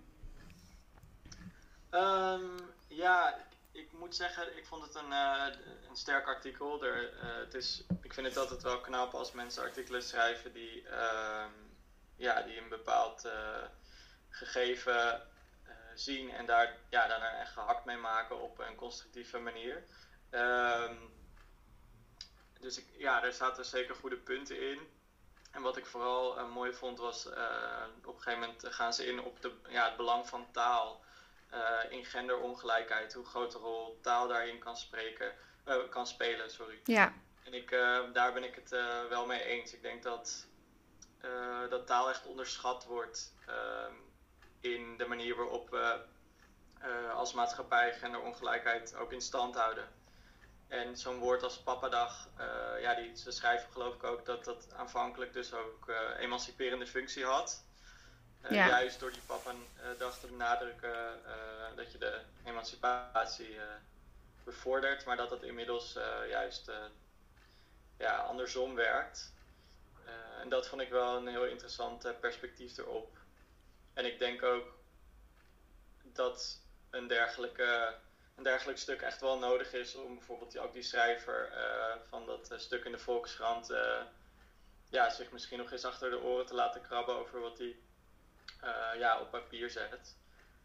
Ik moet zeggen, ik vond het een sterk artikel. Ik vind het altijd wel knap als mensen artikelen schrijven die een bepaald gegeven zien en daar echt gehakt mee maken op een constructieve manier. Daar zaten zeker goede punten in. En wat ik vooral mooi vond was, op een gegeven moment gaan ze in op het belang van taal in genderongelijkheid. Hoe grote rol taal daarin kan spelen. Sorry. Ja. En daar ben ik het wel mee eens. Ik denk dat taal echt onderschat wordt in de manier waarop we als maatschappij genderongelijkheid ook in stand houden. En zo'n woord als Pappadag, ze schrijven geloof ik ook dat dat aanvankelijk dus ook emanciperende functie had. Juist door die Pappadag te benadrukken dat je de emancipatie bevordert, maar dat dat inmiddels juist andersom werkt. En dat vond ik wel een heel interessant perspectief erop. En ik denk ook dat een dergelijk stuk echt wel nodig is om bijvoorbeeld ook die schrijver van dat stuk in de Volkskrant zich misschien nog eens achter de oren te laten krabben over wat hij op papier zet.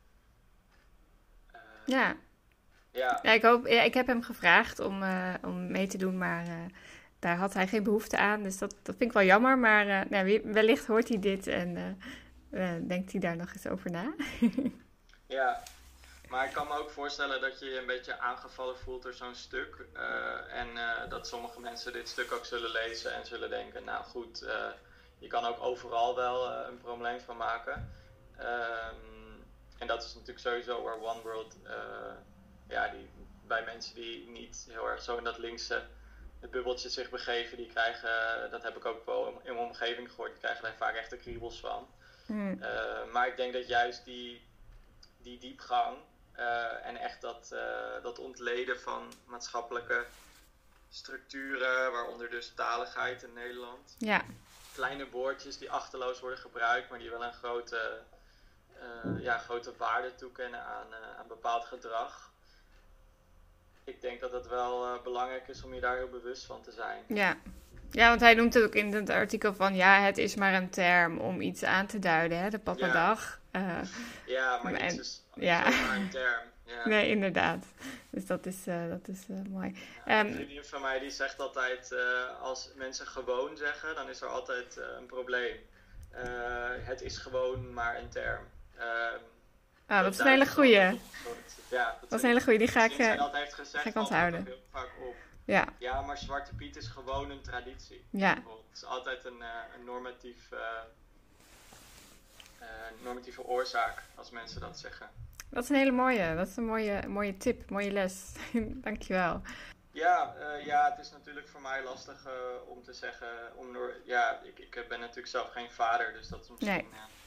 Ik heb hem gevraagd om mee te doen, maar daar had hij geen behoefte aan. Dus dat vind ik wel jammer, maar wellicht hoort hij dit en Denkt hij daar nog eens over na? Ja, maar ik kan me ook voorstellen dat je je een beetje aangevallen voelt door zo'n stuk. En dat sommige mensen dit stuk ook zullen lezen en zullen denken, nou goed, je kan ook overal wel een probleem van maken. En dat is natuurlijk sowieso waar One World, die, bij mensen die niet heel erg zo in dat linkse het bubbeltje zich begeven, die krijgen, dat heb ik ook wel in mijn omgeving gehoord, die krijgen daar vaak echt de kriebels van. Maar ik denk dat juist die diepgang en echt dat ontleden van maatschappelijke structuren, waaronder dus taligheid in Nederland. Ja. Kleine woordjes die achterloos worden gebruikt, maar die wel een grote waarde toekennen aan bepaald gedrag. Ik denk dat het wel belangrijk is om je daar heel bewust van te zijn. Ja, want hij noemt het ook in het artikel van, het is maar een term om iets aan te duiden, hè, de papadag. Maar iets is maar een term. Ja. Nee, inderdaad. Dus dat is mooi. Een vriendin van mij die zegt altijd, als mensen gewoon zeggen, dan is er altijd een probleem. Het is gewoon maar een term. Dat is een hele goeie. Dat is een hele goeie, die ga ik onthouden. Heel vaak op. Ja, maar Zwarte Piet is gewoon een traditie. Ja. Het is altijd een normatieve oorzaak als mensen dat zeggen. Dat is een hele mooie. Dat is een mooie tip, mooie les. Dankjewel. Het is natuurlijk voor mij lastig om te zeggen. Ik ben natuurlijk zelf geen vader, dus dat is misschien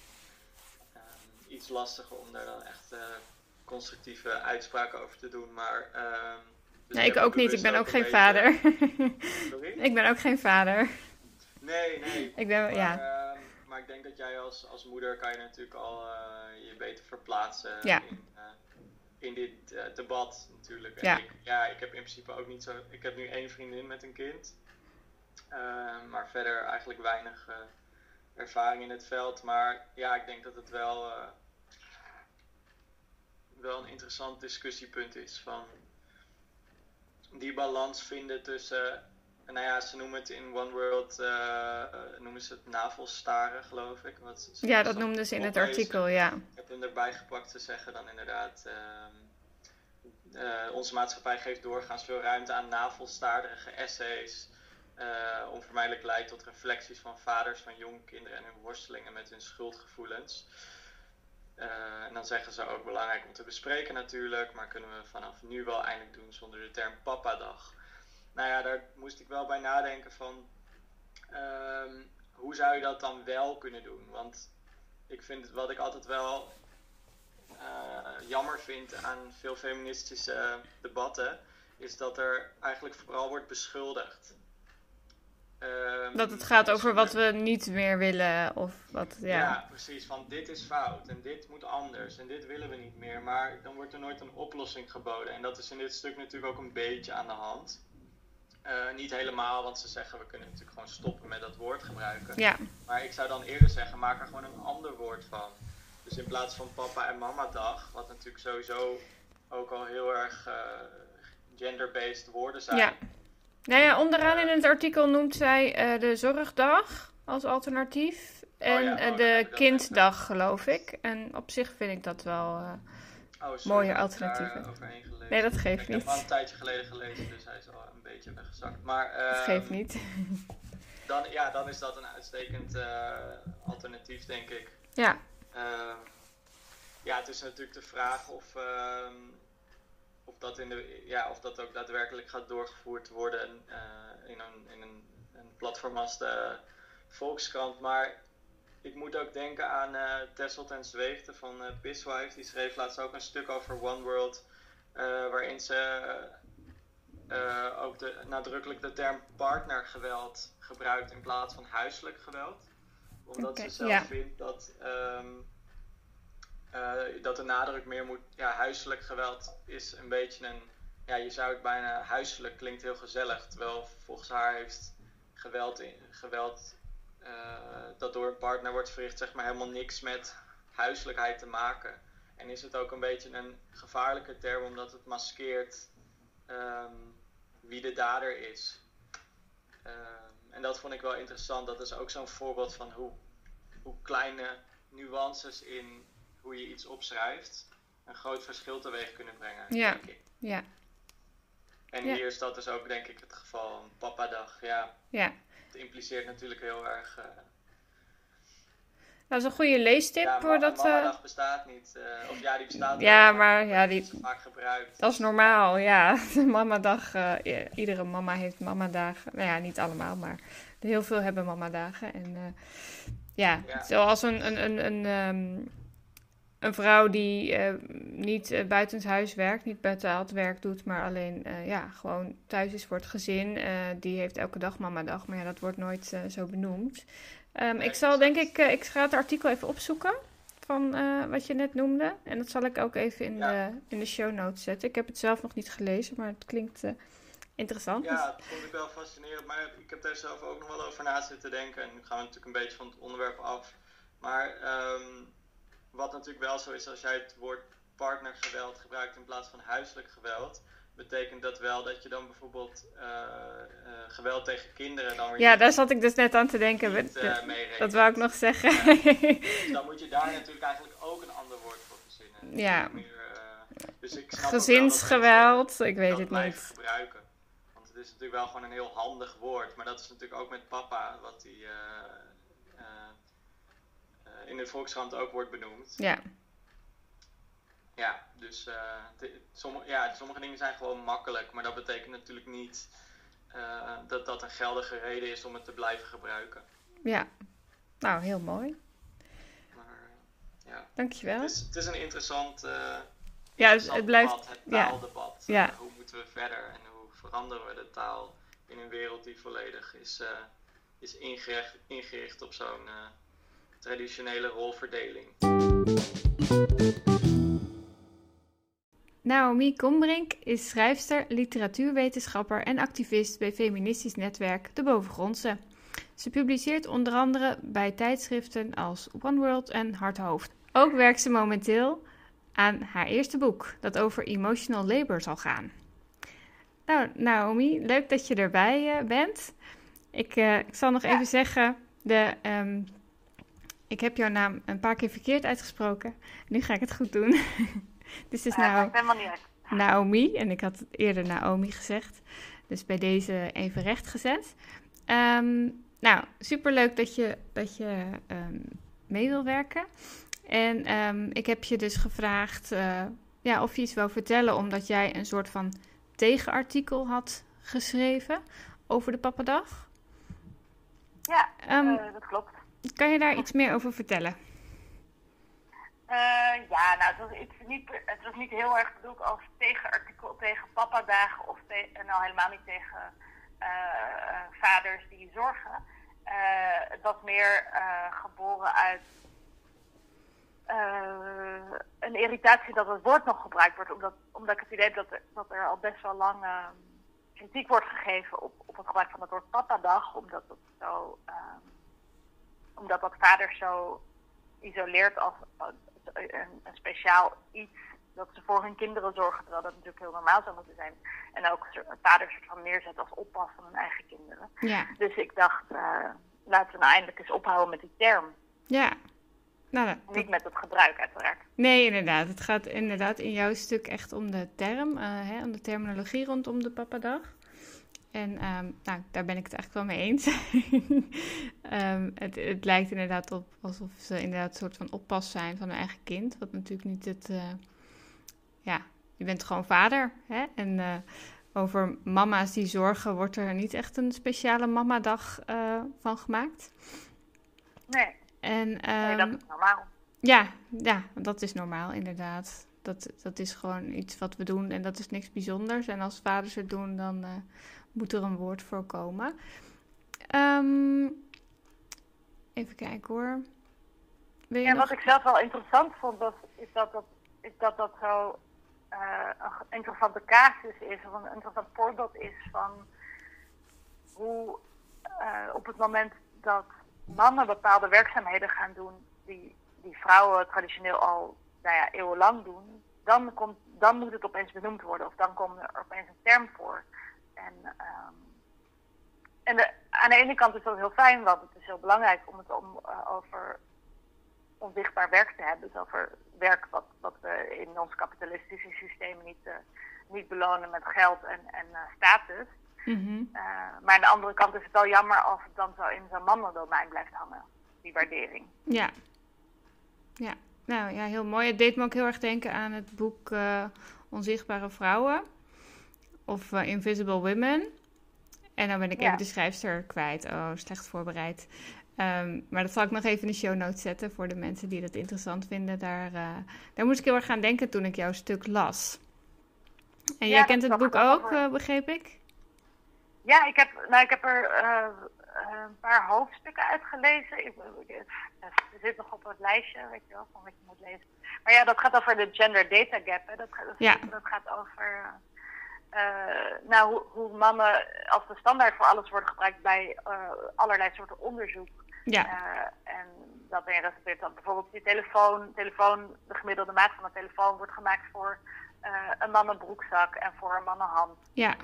iets lastiger om daar dan echt constructieve uitspraken over te doen. Maar nee, ik ook niet. Ik ben ook geen vader. Sorry? Ik ben ook geen vader. Nee. Maar ik denk dat jij als moeder kan je natuurlijk al je beter verplaatsen in dit debat natuurlijk. En ik heb in principe ook niet zo... Ik heb nu 1 vriendin met een kind. Maar verder eigenlijk weinig ervaring in het veld. Maar ik denk dat het wel een interessant discussiepunt is van die balans vinden tussen, ze noemen het in One World, noemen ze het navelstaren, geloof ik. Dat noemden ze in het artikel, ja. Ik heb hem erbij gepakt te zeggen dan inderdaad, onze maatschappij geeft doorgaans veel ruimte aan navelstaarderige essays, onvermijdelijk leidt tot reflecties van vaders van jonge kinderen en hun worstelingen met hun schuldgevoelens. En dan zeggen ze ook belangrijk om te bespreken natuurlijk, maar kunnen we vanaf nu wel eindelijk doen zonder de term papadag. Daar moest ik wel bij nadenken van, hoe zou je dat dan wel kunnen doen? Want ik vind wat ik altijd wel jammer vind aan veel feministische debatten, is dat er eigenlijk vooral wordt beschuldigd. Dat het gaat over wat we niet meer willen of wat, Ja, precies. Van dit is fout en dit moet anders en dit willen we niet meer. Maar dan wordt er nooit een oplossing geboden. En dat is in dit stuk natuurlijk ook een beetje aan de hand. Niet helemaal, want ze zeggen we kunnen natuurlijk gewoon stoppen met dat woord gebruiken. Ja. Maar ik zou dan eerder zeggen, maak er gewoon een ander woord van. Dus in plaats van papa en mama dag, wat natuurlijk sowieso ook al heel erg gender-based woorden zijn. Ja. Onderaan in het artikel noemt zij de zorgdag als alternatief. En de kinddag, geloof ik. En op zich vind ik dat wel mooie alternatieven. Nee, dat geeft niet. Ik heb al een tijdje geleden gelezen, dus hij is al een beetje weggezakt. Maar, dat geeft niet. Dan is dat een uitstekend alternatief, denk ik. Ja. Het is natuurlijk de vraag of dat ook daadwerkelijk gaat doorgevoerd worden in een platform als de Volkskrant. Maar ik moet ook denken aan Tessel ten Zweefte van Pisswife. Die schreef laatst ook een stuk over One World, waarin ze ook nadrukkelijk de term partnergeweld gebruikt in plaats van huiselijk geweld. Omdat ze zelf vindt dat de nadruk meer moet... huiselijk geweld is een beetje een... je zou het bijna... Huiselijk klinkt heel gezellig. Terwijl volgens haar heeft geweld dat door een partner wordt verricht, zeg maar helemaal niks met huiselijkheid te maken. En is het ook een beetje een gevaarlijke term, omdat het maskeert wie de dader is. En dat vond ik wel interessant. Dat is ook zo'n voorbeeld van hoe kleine nuances in hoe je iets opschrijft een groot verschil teweeg kunnen brengen, Ja. denk ik. Ja. En Ja. hier is dat dus ook denk ik het geval. Een papadag, ja. Ja. Het impliceert natuurlijk heel erg... Dat is een goede leestip. ja, voor dat, mamadag bestaat niet. Of ja, die bestaat Ja, wel, maar ja, die die, is vaak gebruikt. dat is normaal, ja. De mamadag, iedere mama heeft mamadagen. Nou ja, niet allemaal, maar heel veel hebben mamadagen. En ja, Ja. zoals een vrouw die niet buitenshuis werkt, niet betaald werk doet, maar alleen ja, gewoon thuis is voor het gezin. Die heeft elke dag mamadag, maar ja, dat wordt nooit zo benoemd. Ik zal denk ik ga het artikel even opzoeken van wat je net noemde. En dat zal ik ook even in de show notes zetten. Ik heb het zelf nog niet gelezen, maar het klinkt interessant. Ja, dat vond ik wel fascinerend. Maar ik heb daar zelf ook nog wel over na zitten denken. En nu gaan we natuurlijk een beetje van het onderwerp af. Maar wat natuurlijk wel zo is, als jij het woord partnergeweld gebruikt in plaats van huiselijk geweld, betekent dat wel dat je dan bijvoorbeeld geweld tegen kinderen dan weer Ja, daar zat ik dus net aan te denken. meerekent. Dat wou ik nog zeggen. Dus dan moet je daar natuurlijk eigenlijk ook een ander woord voor verzinnen. Ja. Dus ik snap Gezinsgeweld, ik weet dat het blijven niet. gebruiken. Want het is natuurlijk wel gewoon een heel handig woord. Maar dat is natuurlijk ook met papa, wat die in de Volkskrant ook wordt benoemd. Ja. Ja, dus sommige dingen zijn gewoon makkelijk. Maar dat betekent natuurlijk niet dat dat een geldige reden is om het te blijven gebruiken. Ja, nou heel mooi. Maar ja, Dankjewel. het is een interessant Het blijft. debat, het taaldebat. Ja. Hoe moeten we verder en hoe veranderen we de taal in een wereld die volledig is ingericht op zo'n traditionele rolverdeling. Naomi Kombrink is schrijfster, literatuurwetenschapper en activist bij feministisch netwerk De Bovengrondse. Ze publiceert onder andere bij tijdschriften als One World en Hard Hoofd. Ook werkt ze momenteel aan haar eerste boek, dat over emotional labor zal gaan. Nou, Naomi, leuk dat je erbij bent. Ik zal nog even zeggen, ik heb jouw naam een paar keer verkeerd uitgesproken. Nu ga ik het goed doen. Dit is helemaal niet uit. Naomi, en ik had eerder Naomi gezegd. Dus bij deze even rechtgezet. Nou, superleuk dat je mee wil werken. En ik heb je dus gevraagd of je iets wil vertellen, omdat jij een soort van tegenartikel had geschreven over de Papadag. Ja, dat klopt. Kan je daar iets meer over vertellen? Het was niet heel erg bedoeld als tegenartikel tegen papadagen of nou helemaal niet tegen vaders die zorgen. Het was meer geboren uit een irritatie dat het woord nog gebruikt wordt, omdat ik het idee heb dat er al best wel lang kritiek wordt gegeven op het gebruik van het woord papadag, omdat dat vaders zo isoleert als een speciaal iets dat ze voor hun kinderen zorgen, terwijl dat natuurlijk heel normaal zou moeten zijn. En ook vaders soort van neerzet als oppas van hun eigen kinderen. Ja. Dus ik dacht, laten we nou eindelijk eens ophouden met die term. Ja. Nou, Niet met het gebruik uiteraard. Nee, inderdaad. Het gaat inderdaad in jouw stuk echt om de term, om de terminologie rondom de Papadag. En daar ben ik het eigenlijk wel mee eens. Het lijkt inderdaad op alsof ze inderdaad een soort van oppas zijn van hun eigen kind. Wat natuurlijk niet je bent gewoon vader. Hè? En over mama's die zorgen wordt er niet echt een speciale mamadag van gemaakt. Nee. En, nee, dat is normaal. Ja, dat is normaal inderdaad. Dat is gewoon iets wat we doen en dat is niks bijzonders. En als vaders het doen, dan moet er een woord voor komen. Even kijken hoor. Wat ik zelf wel interessant vond, is dat zo een interessante casus is, of een interessant voorbeeld is van hoe op het moment dat mannen bepaalde werkzaamheden gaan doen die vrouwen traditioneel al eeuwenlang doen, dan moet het opeens benoemd worden of dan komt er opeens een term voor. En aan de ene kant is dat heel fijn, want het is heel belangrijk om het over onzichtbaar werk te hebben. Dus over werk wat we in ons kapitalistische systeem niet belonen met geld en status. Mm-hmm. Maar aan de andere kant is het wel jammer als het dan zo in zo'n mannendomein blijft hangen, die waardering. Ja. Nou ja, heel mooi. Het deed me ook heel erg denken aan het boek Onzichtbare Vrouwen of Invisible Women. En dan ben ik even de schrijfster kwijt. Oh, slecht voorbereid. Maar dat zal ik nog even in de show notes zetten voor de mensen die dat interessant vinden. Daar moest ik heel erg aan denken toen ik jouw stuk las. En jij kent het boek ook, begreep ik? Ja, ik heb er een paar hoofdstukken uitgelezen. Er zit nog op het lijstje, weet je wel, van wat je moet lezen. Maar ja, dat gaat over de gender data gap. Hè. Dat gaat over hoe mannen als de standaard voor alles worden gebruikt bij allerlei soorten onderzoek. Ja. En dat resulteert dan bijvoorbeeld die telefoon, de gemiddelde maat van een telefoon wordt gemaakt voor een mannenbroekzak en voor een mannenhand. Ja.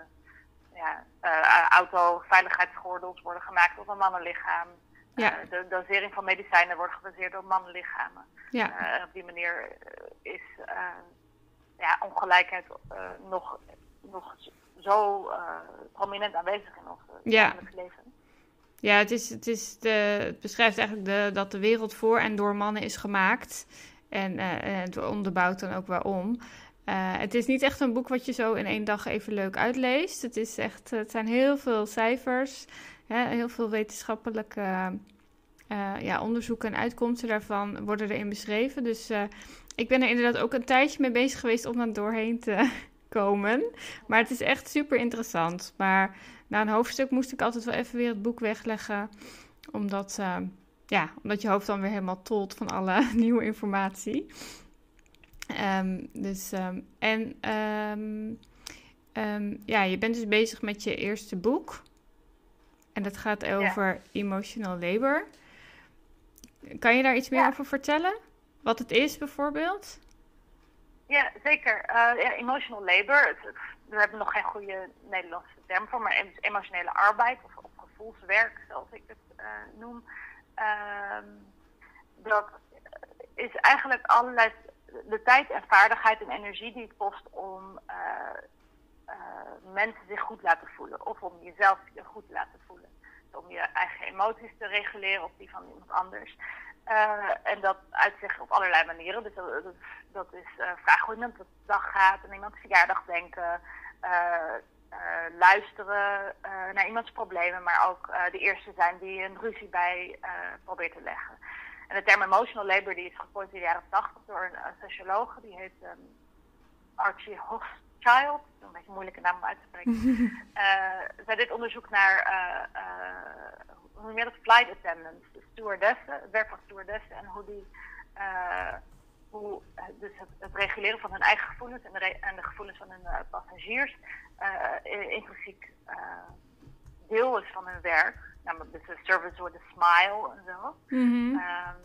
Auto-veiligheidsgordels worden gemaakt op een mannenlichaam. Ja. De dosering van medicijnen wordt gebaseerd op mannenlichamen. Ja. Op die manier is ongelijkheid nog zo prominent aanwezig in ons dagelijks leven. Ja, het beschrijft eigenlijk dat de wereld voor en door mannen is gemaakt. En het onderbouwt dan ook waarom. Het is niet echt een boek wat je zo in 1 dag even leuk uitleest. Het zijn heel veel cijfers, heel veel wetenschappelijke onderzoeken en uitkomsten daarvan worden erin beschreven. Dus ik ben er inderdaad ook een tijdje mee bezig geweest om dan doorheen te komen. Maar het is echt super interessant. Maar na een hoofdstuk moest ik altijd wel even weer het boek wegleggen. Omdat je hoofd dan weer helemaal tolt van alle nieuwe informatie. Je bent dus bezig met je eerste boek. En dat gaat over emotional labor. Kan je daar iets meer over vertellen? Wat het is bijvoorbeeld? Ja, zeker. Emotional labor. We hebben nog geen goede Nederlandse term voor, maar emotionele arbeid of gevoelswerk, zoals ik het noem. Dat is eigenlijk allerlei de tijd en vaardigheid en energie die het kost om mensen zich goed laten voelen. Of om jezelf je goed te laten voelen. Dus om je eigen emoties te reguleren of die van iemand anders. En dat uitzicht op allerlei manieren. Dus dat is vragen hoe iemand op de dag gaat, aan iemands verjaardag denken, luisteren naar iemands problemen, maar ook de eerste zijn die een ruzie bij probeert te leggen. En de term emotional labor die is gecoind in de jaren 80 door een socioloog, die heet Archie Hochschild. Een beetje een moeilijke naam om uit te spreken. Zij deed onderzoek naar hoe noem je dat? Flight attendants, stewardessen, het werk van stewardessen en hoe het reguleren van hun eigen gevoelens en de gevoelens van hun passagiers intrinsiek deel is van hun werk. Namelijk dus de service with a smile en zo. Mm-hmm.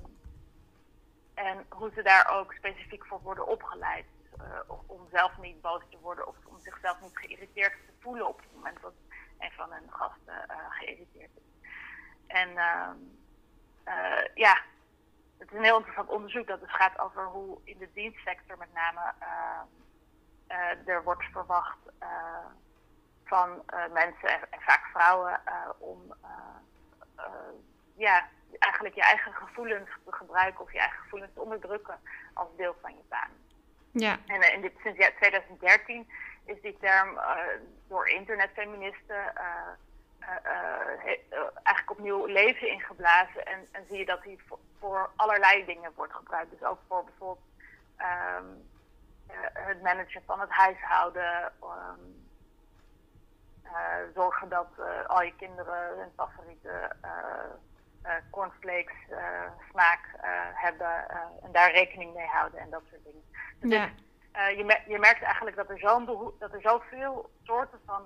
En hoe ze daar ook specifiek voor worden opgeleid. Om zelf niet boos te worden of om zichzelf niet geïrriteerd te voelen op het moment dat een van hun gasten geïrriteerd is. En het is een heel interessant onderzoek dat dus gaat over hoe in de dienstsector met name er wordt verwacht van mensen en vaak vrouwen om eigenlijk je eigen gevoelens te gebruiken of je eigen gevoelens te onderdrukken als deel van je baan. Ja. En sinds 2013 is die term door internetfeministen eigenlijk opnieuw leven ingeblazen en zie je dat die voor allerlei dingen wordt gebruikt. Dus ook voor bijvoorbeeld het managen van het huishouden, zorgen dat al je kinderen hun favoriete cornflakes smaak hebben en daar rekening mee houden en dat soort dingen. Dus je merkt eigenlijk dat er zoveel soorten van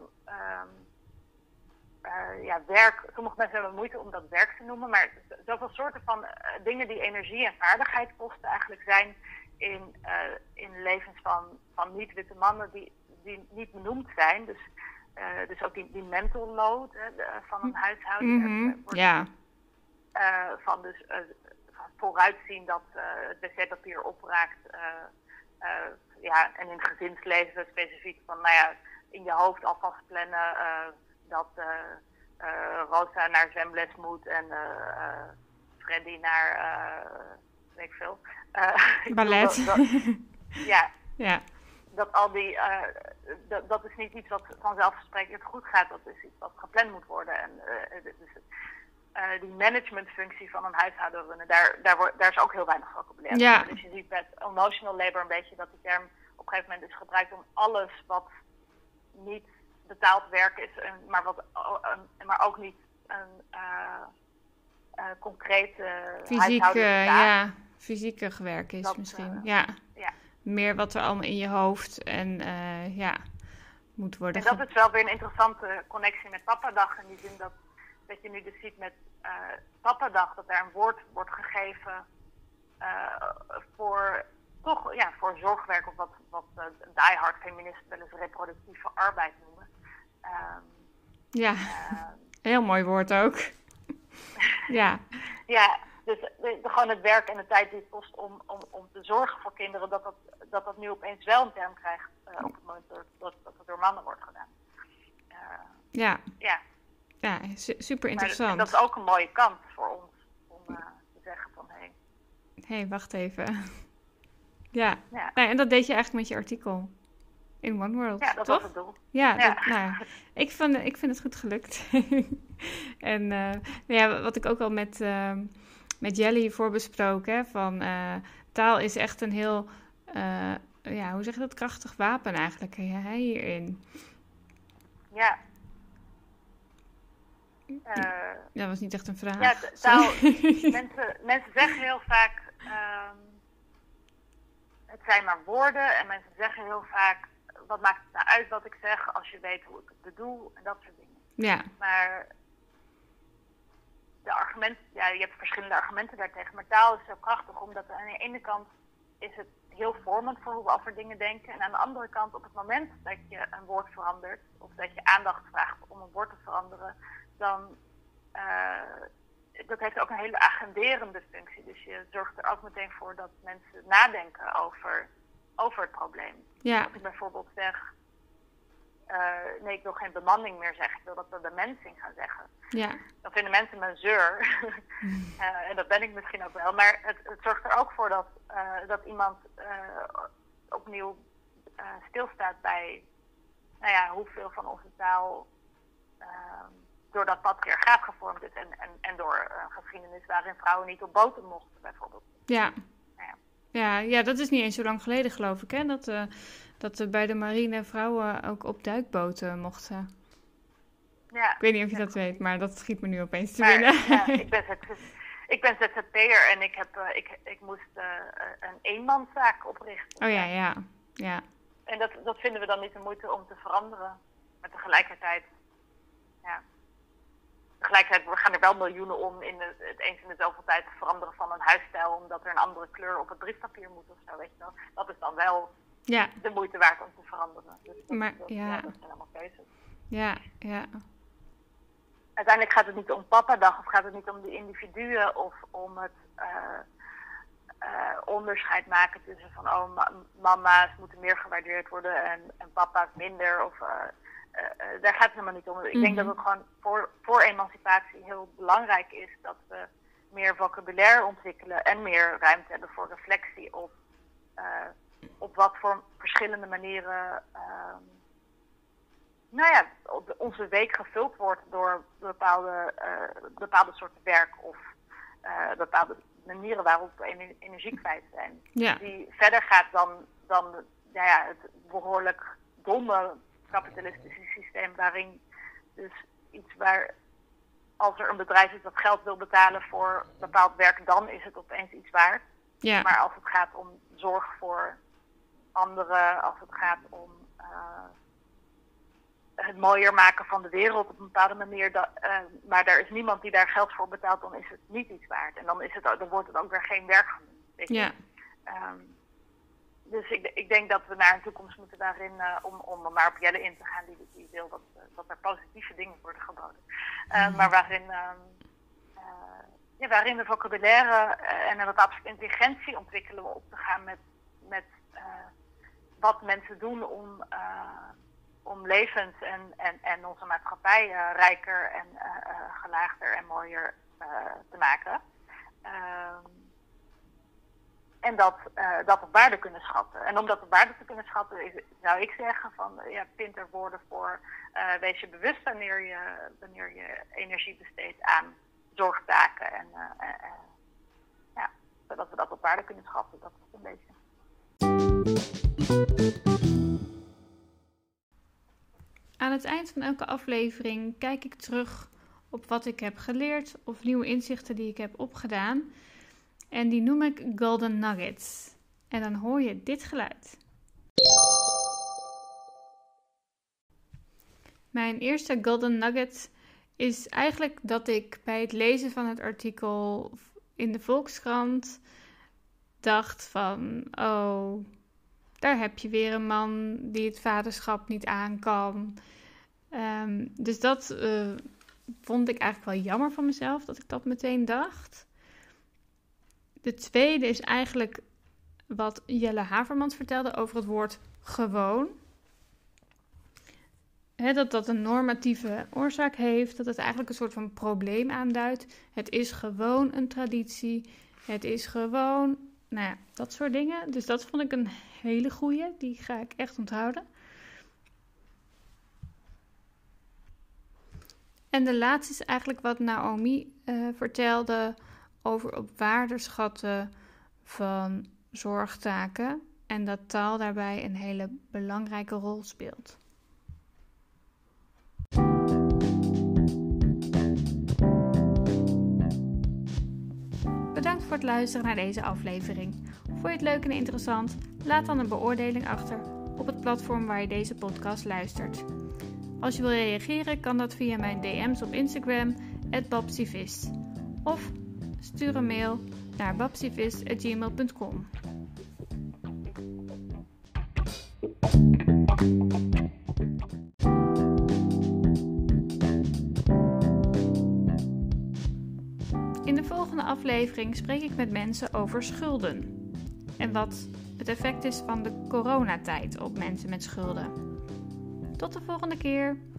werk, sommige mensen hebben moeite om dat werk te noemen, maar zoveel soorten van dingen die energie en vaardigheid kosten eigenlijk zijn in levens van niet-witte mannen die niet benoemd zijn. Dus ook die mental load van een huishouden. Mm-hmm. Van vooruitzien dat het wc-papier opraakt. En in het gezinsleven specifiek van, in je hoofd alvast plannen dat Rosa naar zwemles moet en Freddy naar, weet ik veel. Ballet. Ja. Dat al die, dat is niet iets wat vanzelfsprekend goed gaat. Dat is iets wat gepland moet worden. En die managementfunctie van een huishouden runnen, daar is ook heel weinig vocabulaire. Ja. Dus je ziet met emotional labor een beetje dat die term op een gegeven moment is gebruikt om alles wat niet betaald werk is, maar ook niet een concrete fysieke werk is dat, misschien. Ja. Meer wat er allemaal in je hoofd en moet worden. En dat is wel weer een interessante connectie met Papadag. In die zin dat je nu dus ziet met Papadag, dat daar een woord wordt gegeven voor zorgwerk, of wat diehard feministen wel eens reproductieve arbeid noemen. Heel mooi woord ook. Ja. Ja, dus gewoon het werk en de tijd die het kost om te zorgen voor kinderen, dat nu opeens wel een term krijgt op het moment dat het door mannen wordt gedaan. Ja, super interessant. Maar dat is ook een mooie kant voor ons om te zeggen van hey, wacht even. Ja. Nee, en dat deed je eigenlijk met je artikel in One World, ja, dat toch? was het doel. Ja. Ik vind het goed gelukt. En wat ik ook al met Jelly hiervoor besproken, van taal is echt een heel, hoe zeg je dat, krachtig wapen eigenlijk hierin. Ja. Dat was niet echt een vraag. Ja, taal, mensen zeggen heel vaak, het zijn maar woorden, en mensen zeggen heel vaak, wat maakt het nou uit wat ik zeg als je weet hoe ik het bedoel en dat soort dingen. Ja. Maar de argumenten, je hebt verschillende argumenten daartegen, maar taal is zo krachtig omdat aan de ene kant is het heel vormend voor hoe we over dingen denken, en aan de andere kant, op het moment dat je een woord verandert of dat je aandacht vraagt om een woord te veranderen, dan dat heeft ook een hele agenderende functie. Dus je zorgt er ook meteen voor dat mensen nadenken over het probleem. Ja. Als ik bijvoorbeeld zeg, ik wil geen bemanning meer zeggen, ik wil dat we bemensing gaan zeggen. Ja. Dan vinden mensen me een zeur. En dat ben ik misschien ook wel. Maar het zorgt er ook voor dat iemand opnieuw stilstaat bij hoeveel van onze taal door dat patriarchaat gevormd is en door geschiedenis waarin vrouwen niet op boten mochten, bijvoorbeeld. Ja, dat is niet eens zo lang geleden, geloof ik, hè? Dat bij de marine vrouwen ook op duikboten mochten. Ja. Ik weet niet of je dat weet, maar dat schiet me nu opeens te binnen. Ja, ik ben ZZP'er en ik moest een eenmanszaak oprichten. Oh ja. En dat vinden we dan niet de moeite om te veranderen. Maar tegelijkertijd, we gaan er wel miljoenen om in het eens in de zoveel tijd veranderen van een huisstijl, omdat er een andere kleur op het briefpapier moet of zo, weet je wel. Dat is dan wel de moeite waard om te veranderen. Dus dat zijn allemaal keuzes. Ja. Uiteindelijk gaat het niet om Papadag, of gaat het niet om de individuen, of om het onderscheid maken tussen van mama's moeten meer gewaardeerd worden en papa's minder, of daar gaat het helemaal niet om. Ik denk dat het gewoon voor emancipatie heel belangrijk is dat we meer vocabulaire ontwikkelen en meer ruimte hebben voor reflectie op wat voor verschillende manieren onze week gevuld wordt door bepaalde soorten werk of bepaalde manieren waarop we energie kwijt zijn. Ja. Die verder gaat dan het behoorlijk domme kapitalistische systeem, waarin dus als er een bedrijf is dat geld wil betalen voor bepaald werk, dan is het opeens iets waard. Ja. Maar als het gaat om zorg voor anderen, als het gaat om het mooier maken van de wereld op een bepaalde manier, maar er is niemand die daar geld voor betaalt, dan is het niet iets waard. En dan wordt het ook weer geen werk genoemd. Weet je? Ja. Dus ik denk dat we naar een toekomst moeten daarin, om maar op Jelle in te gaan, die wil dat er positieve dingen worden geboden. Maar waarin waarin we vocabulaire en een bepaalde intelligentie ontwikkelen om op te gaan met wat mensen doen om levens en onze maatschappij rijker en gelaagder en mooier te maken. En dat op waarde kunnen schatten. En om dat op waarde te kunnen schatten, zou ik zeggen van vind er woorden voor. Wees je bewust wanneer je energie besteedt aan zorgtaken. En zodat we dat op waarde kunnen schatten. Dat is een beetje. Aan het eind van elke aflevering kijk ik terug op wat ik heb geleerd of nieuwe inzichten die ik heb opgedaan. En die noem ik Golden Nuggets. En dan hoor je dit geluid. Mijn eerste Golden Nugget is eigenlijk dat ik bij het lezen van het artikel in de Volkskrant dacht van, oh, daar heb je weer een man die het vaderschap niet aan kan. Dus dat vond ik eigenlijk wel jammer van mezelf, dat ik dat meteen dacht. De tweede is eigenlijk wat Jelle Havermans vertelde over het woord gewoon. Dat dat een normatieve oorzaak heeft, dat het eigenlijk een soort van probleem aanduidt. Het is gewoon een traditie, het is gewoon, dat soort dingen. Dus dat vond ik een hele goeie, die ga ik echt onthouden. En de laatste is eigenlijk wat Naomi vertelde over op waarde schatten van zorgtaken. En dat taal daarbij een hele belangrijke rol speelt. Bedankt voor het luisteren naar deze aflevering. Vond je het leuk en interessant? Laat dan een beoordeling achter op het platform waar je deze podcast luistert. Als je wil reageren kan dat via mijn DM's op Instagram @babsivis of stuur een mail naar babsivis@gmail.com. In de volgende aflevering spreek ik met mensen over schulden en wat het effect is van de coronatijd op mensen met schulden. Tot de volgende keer!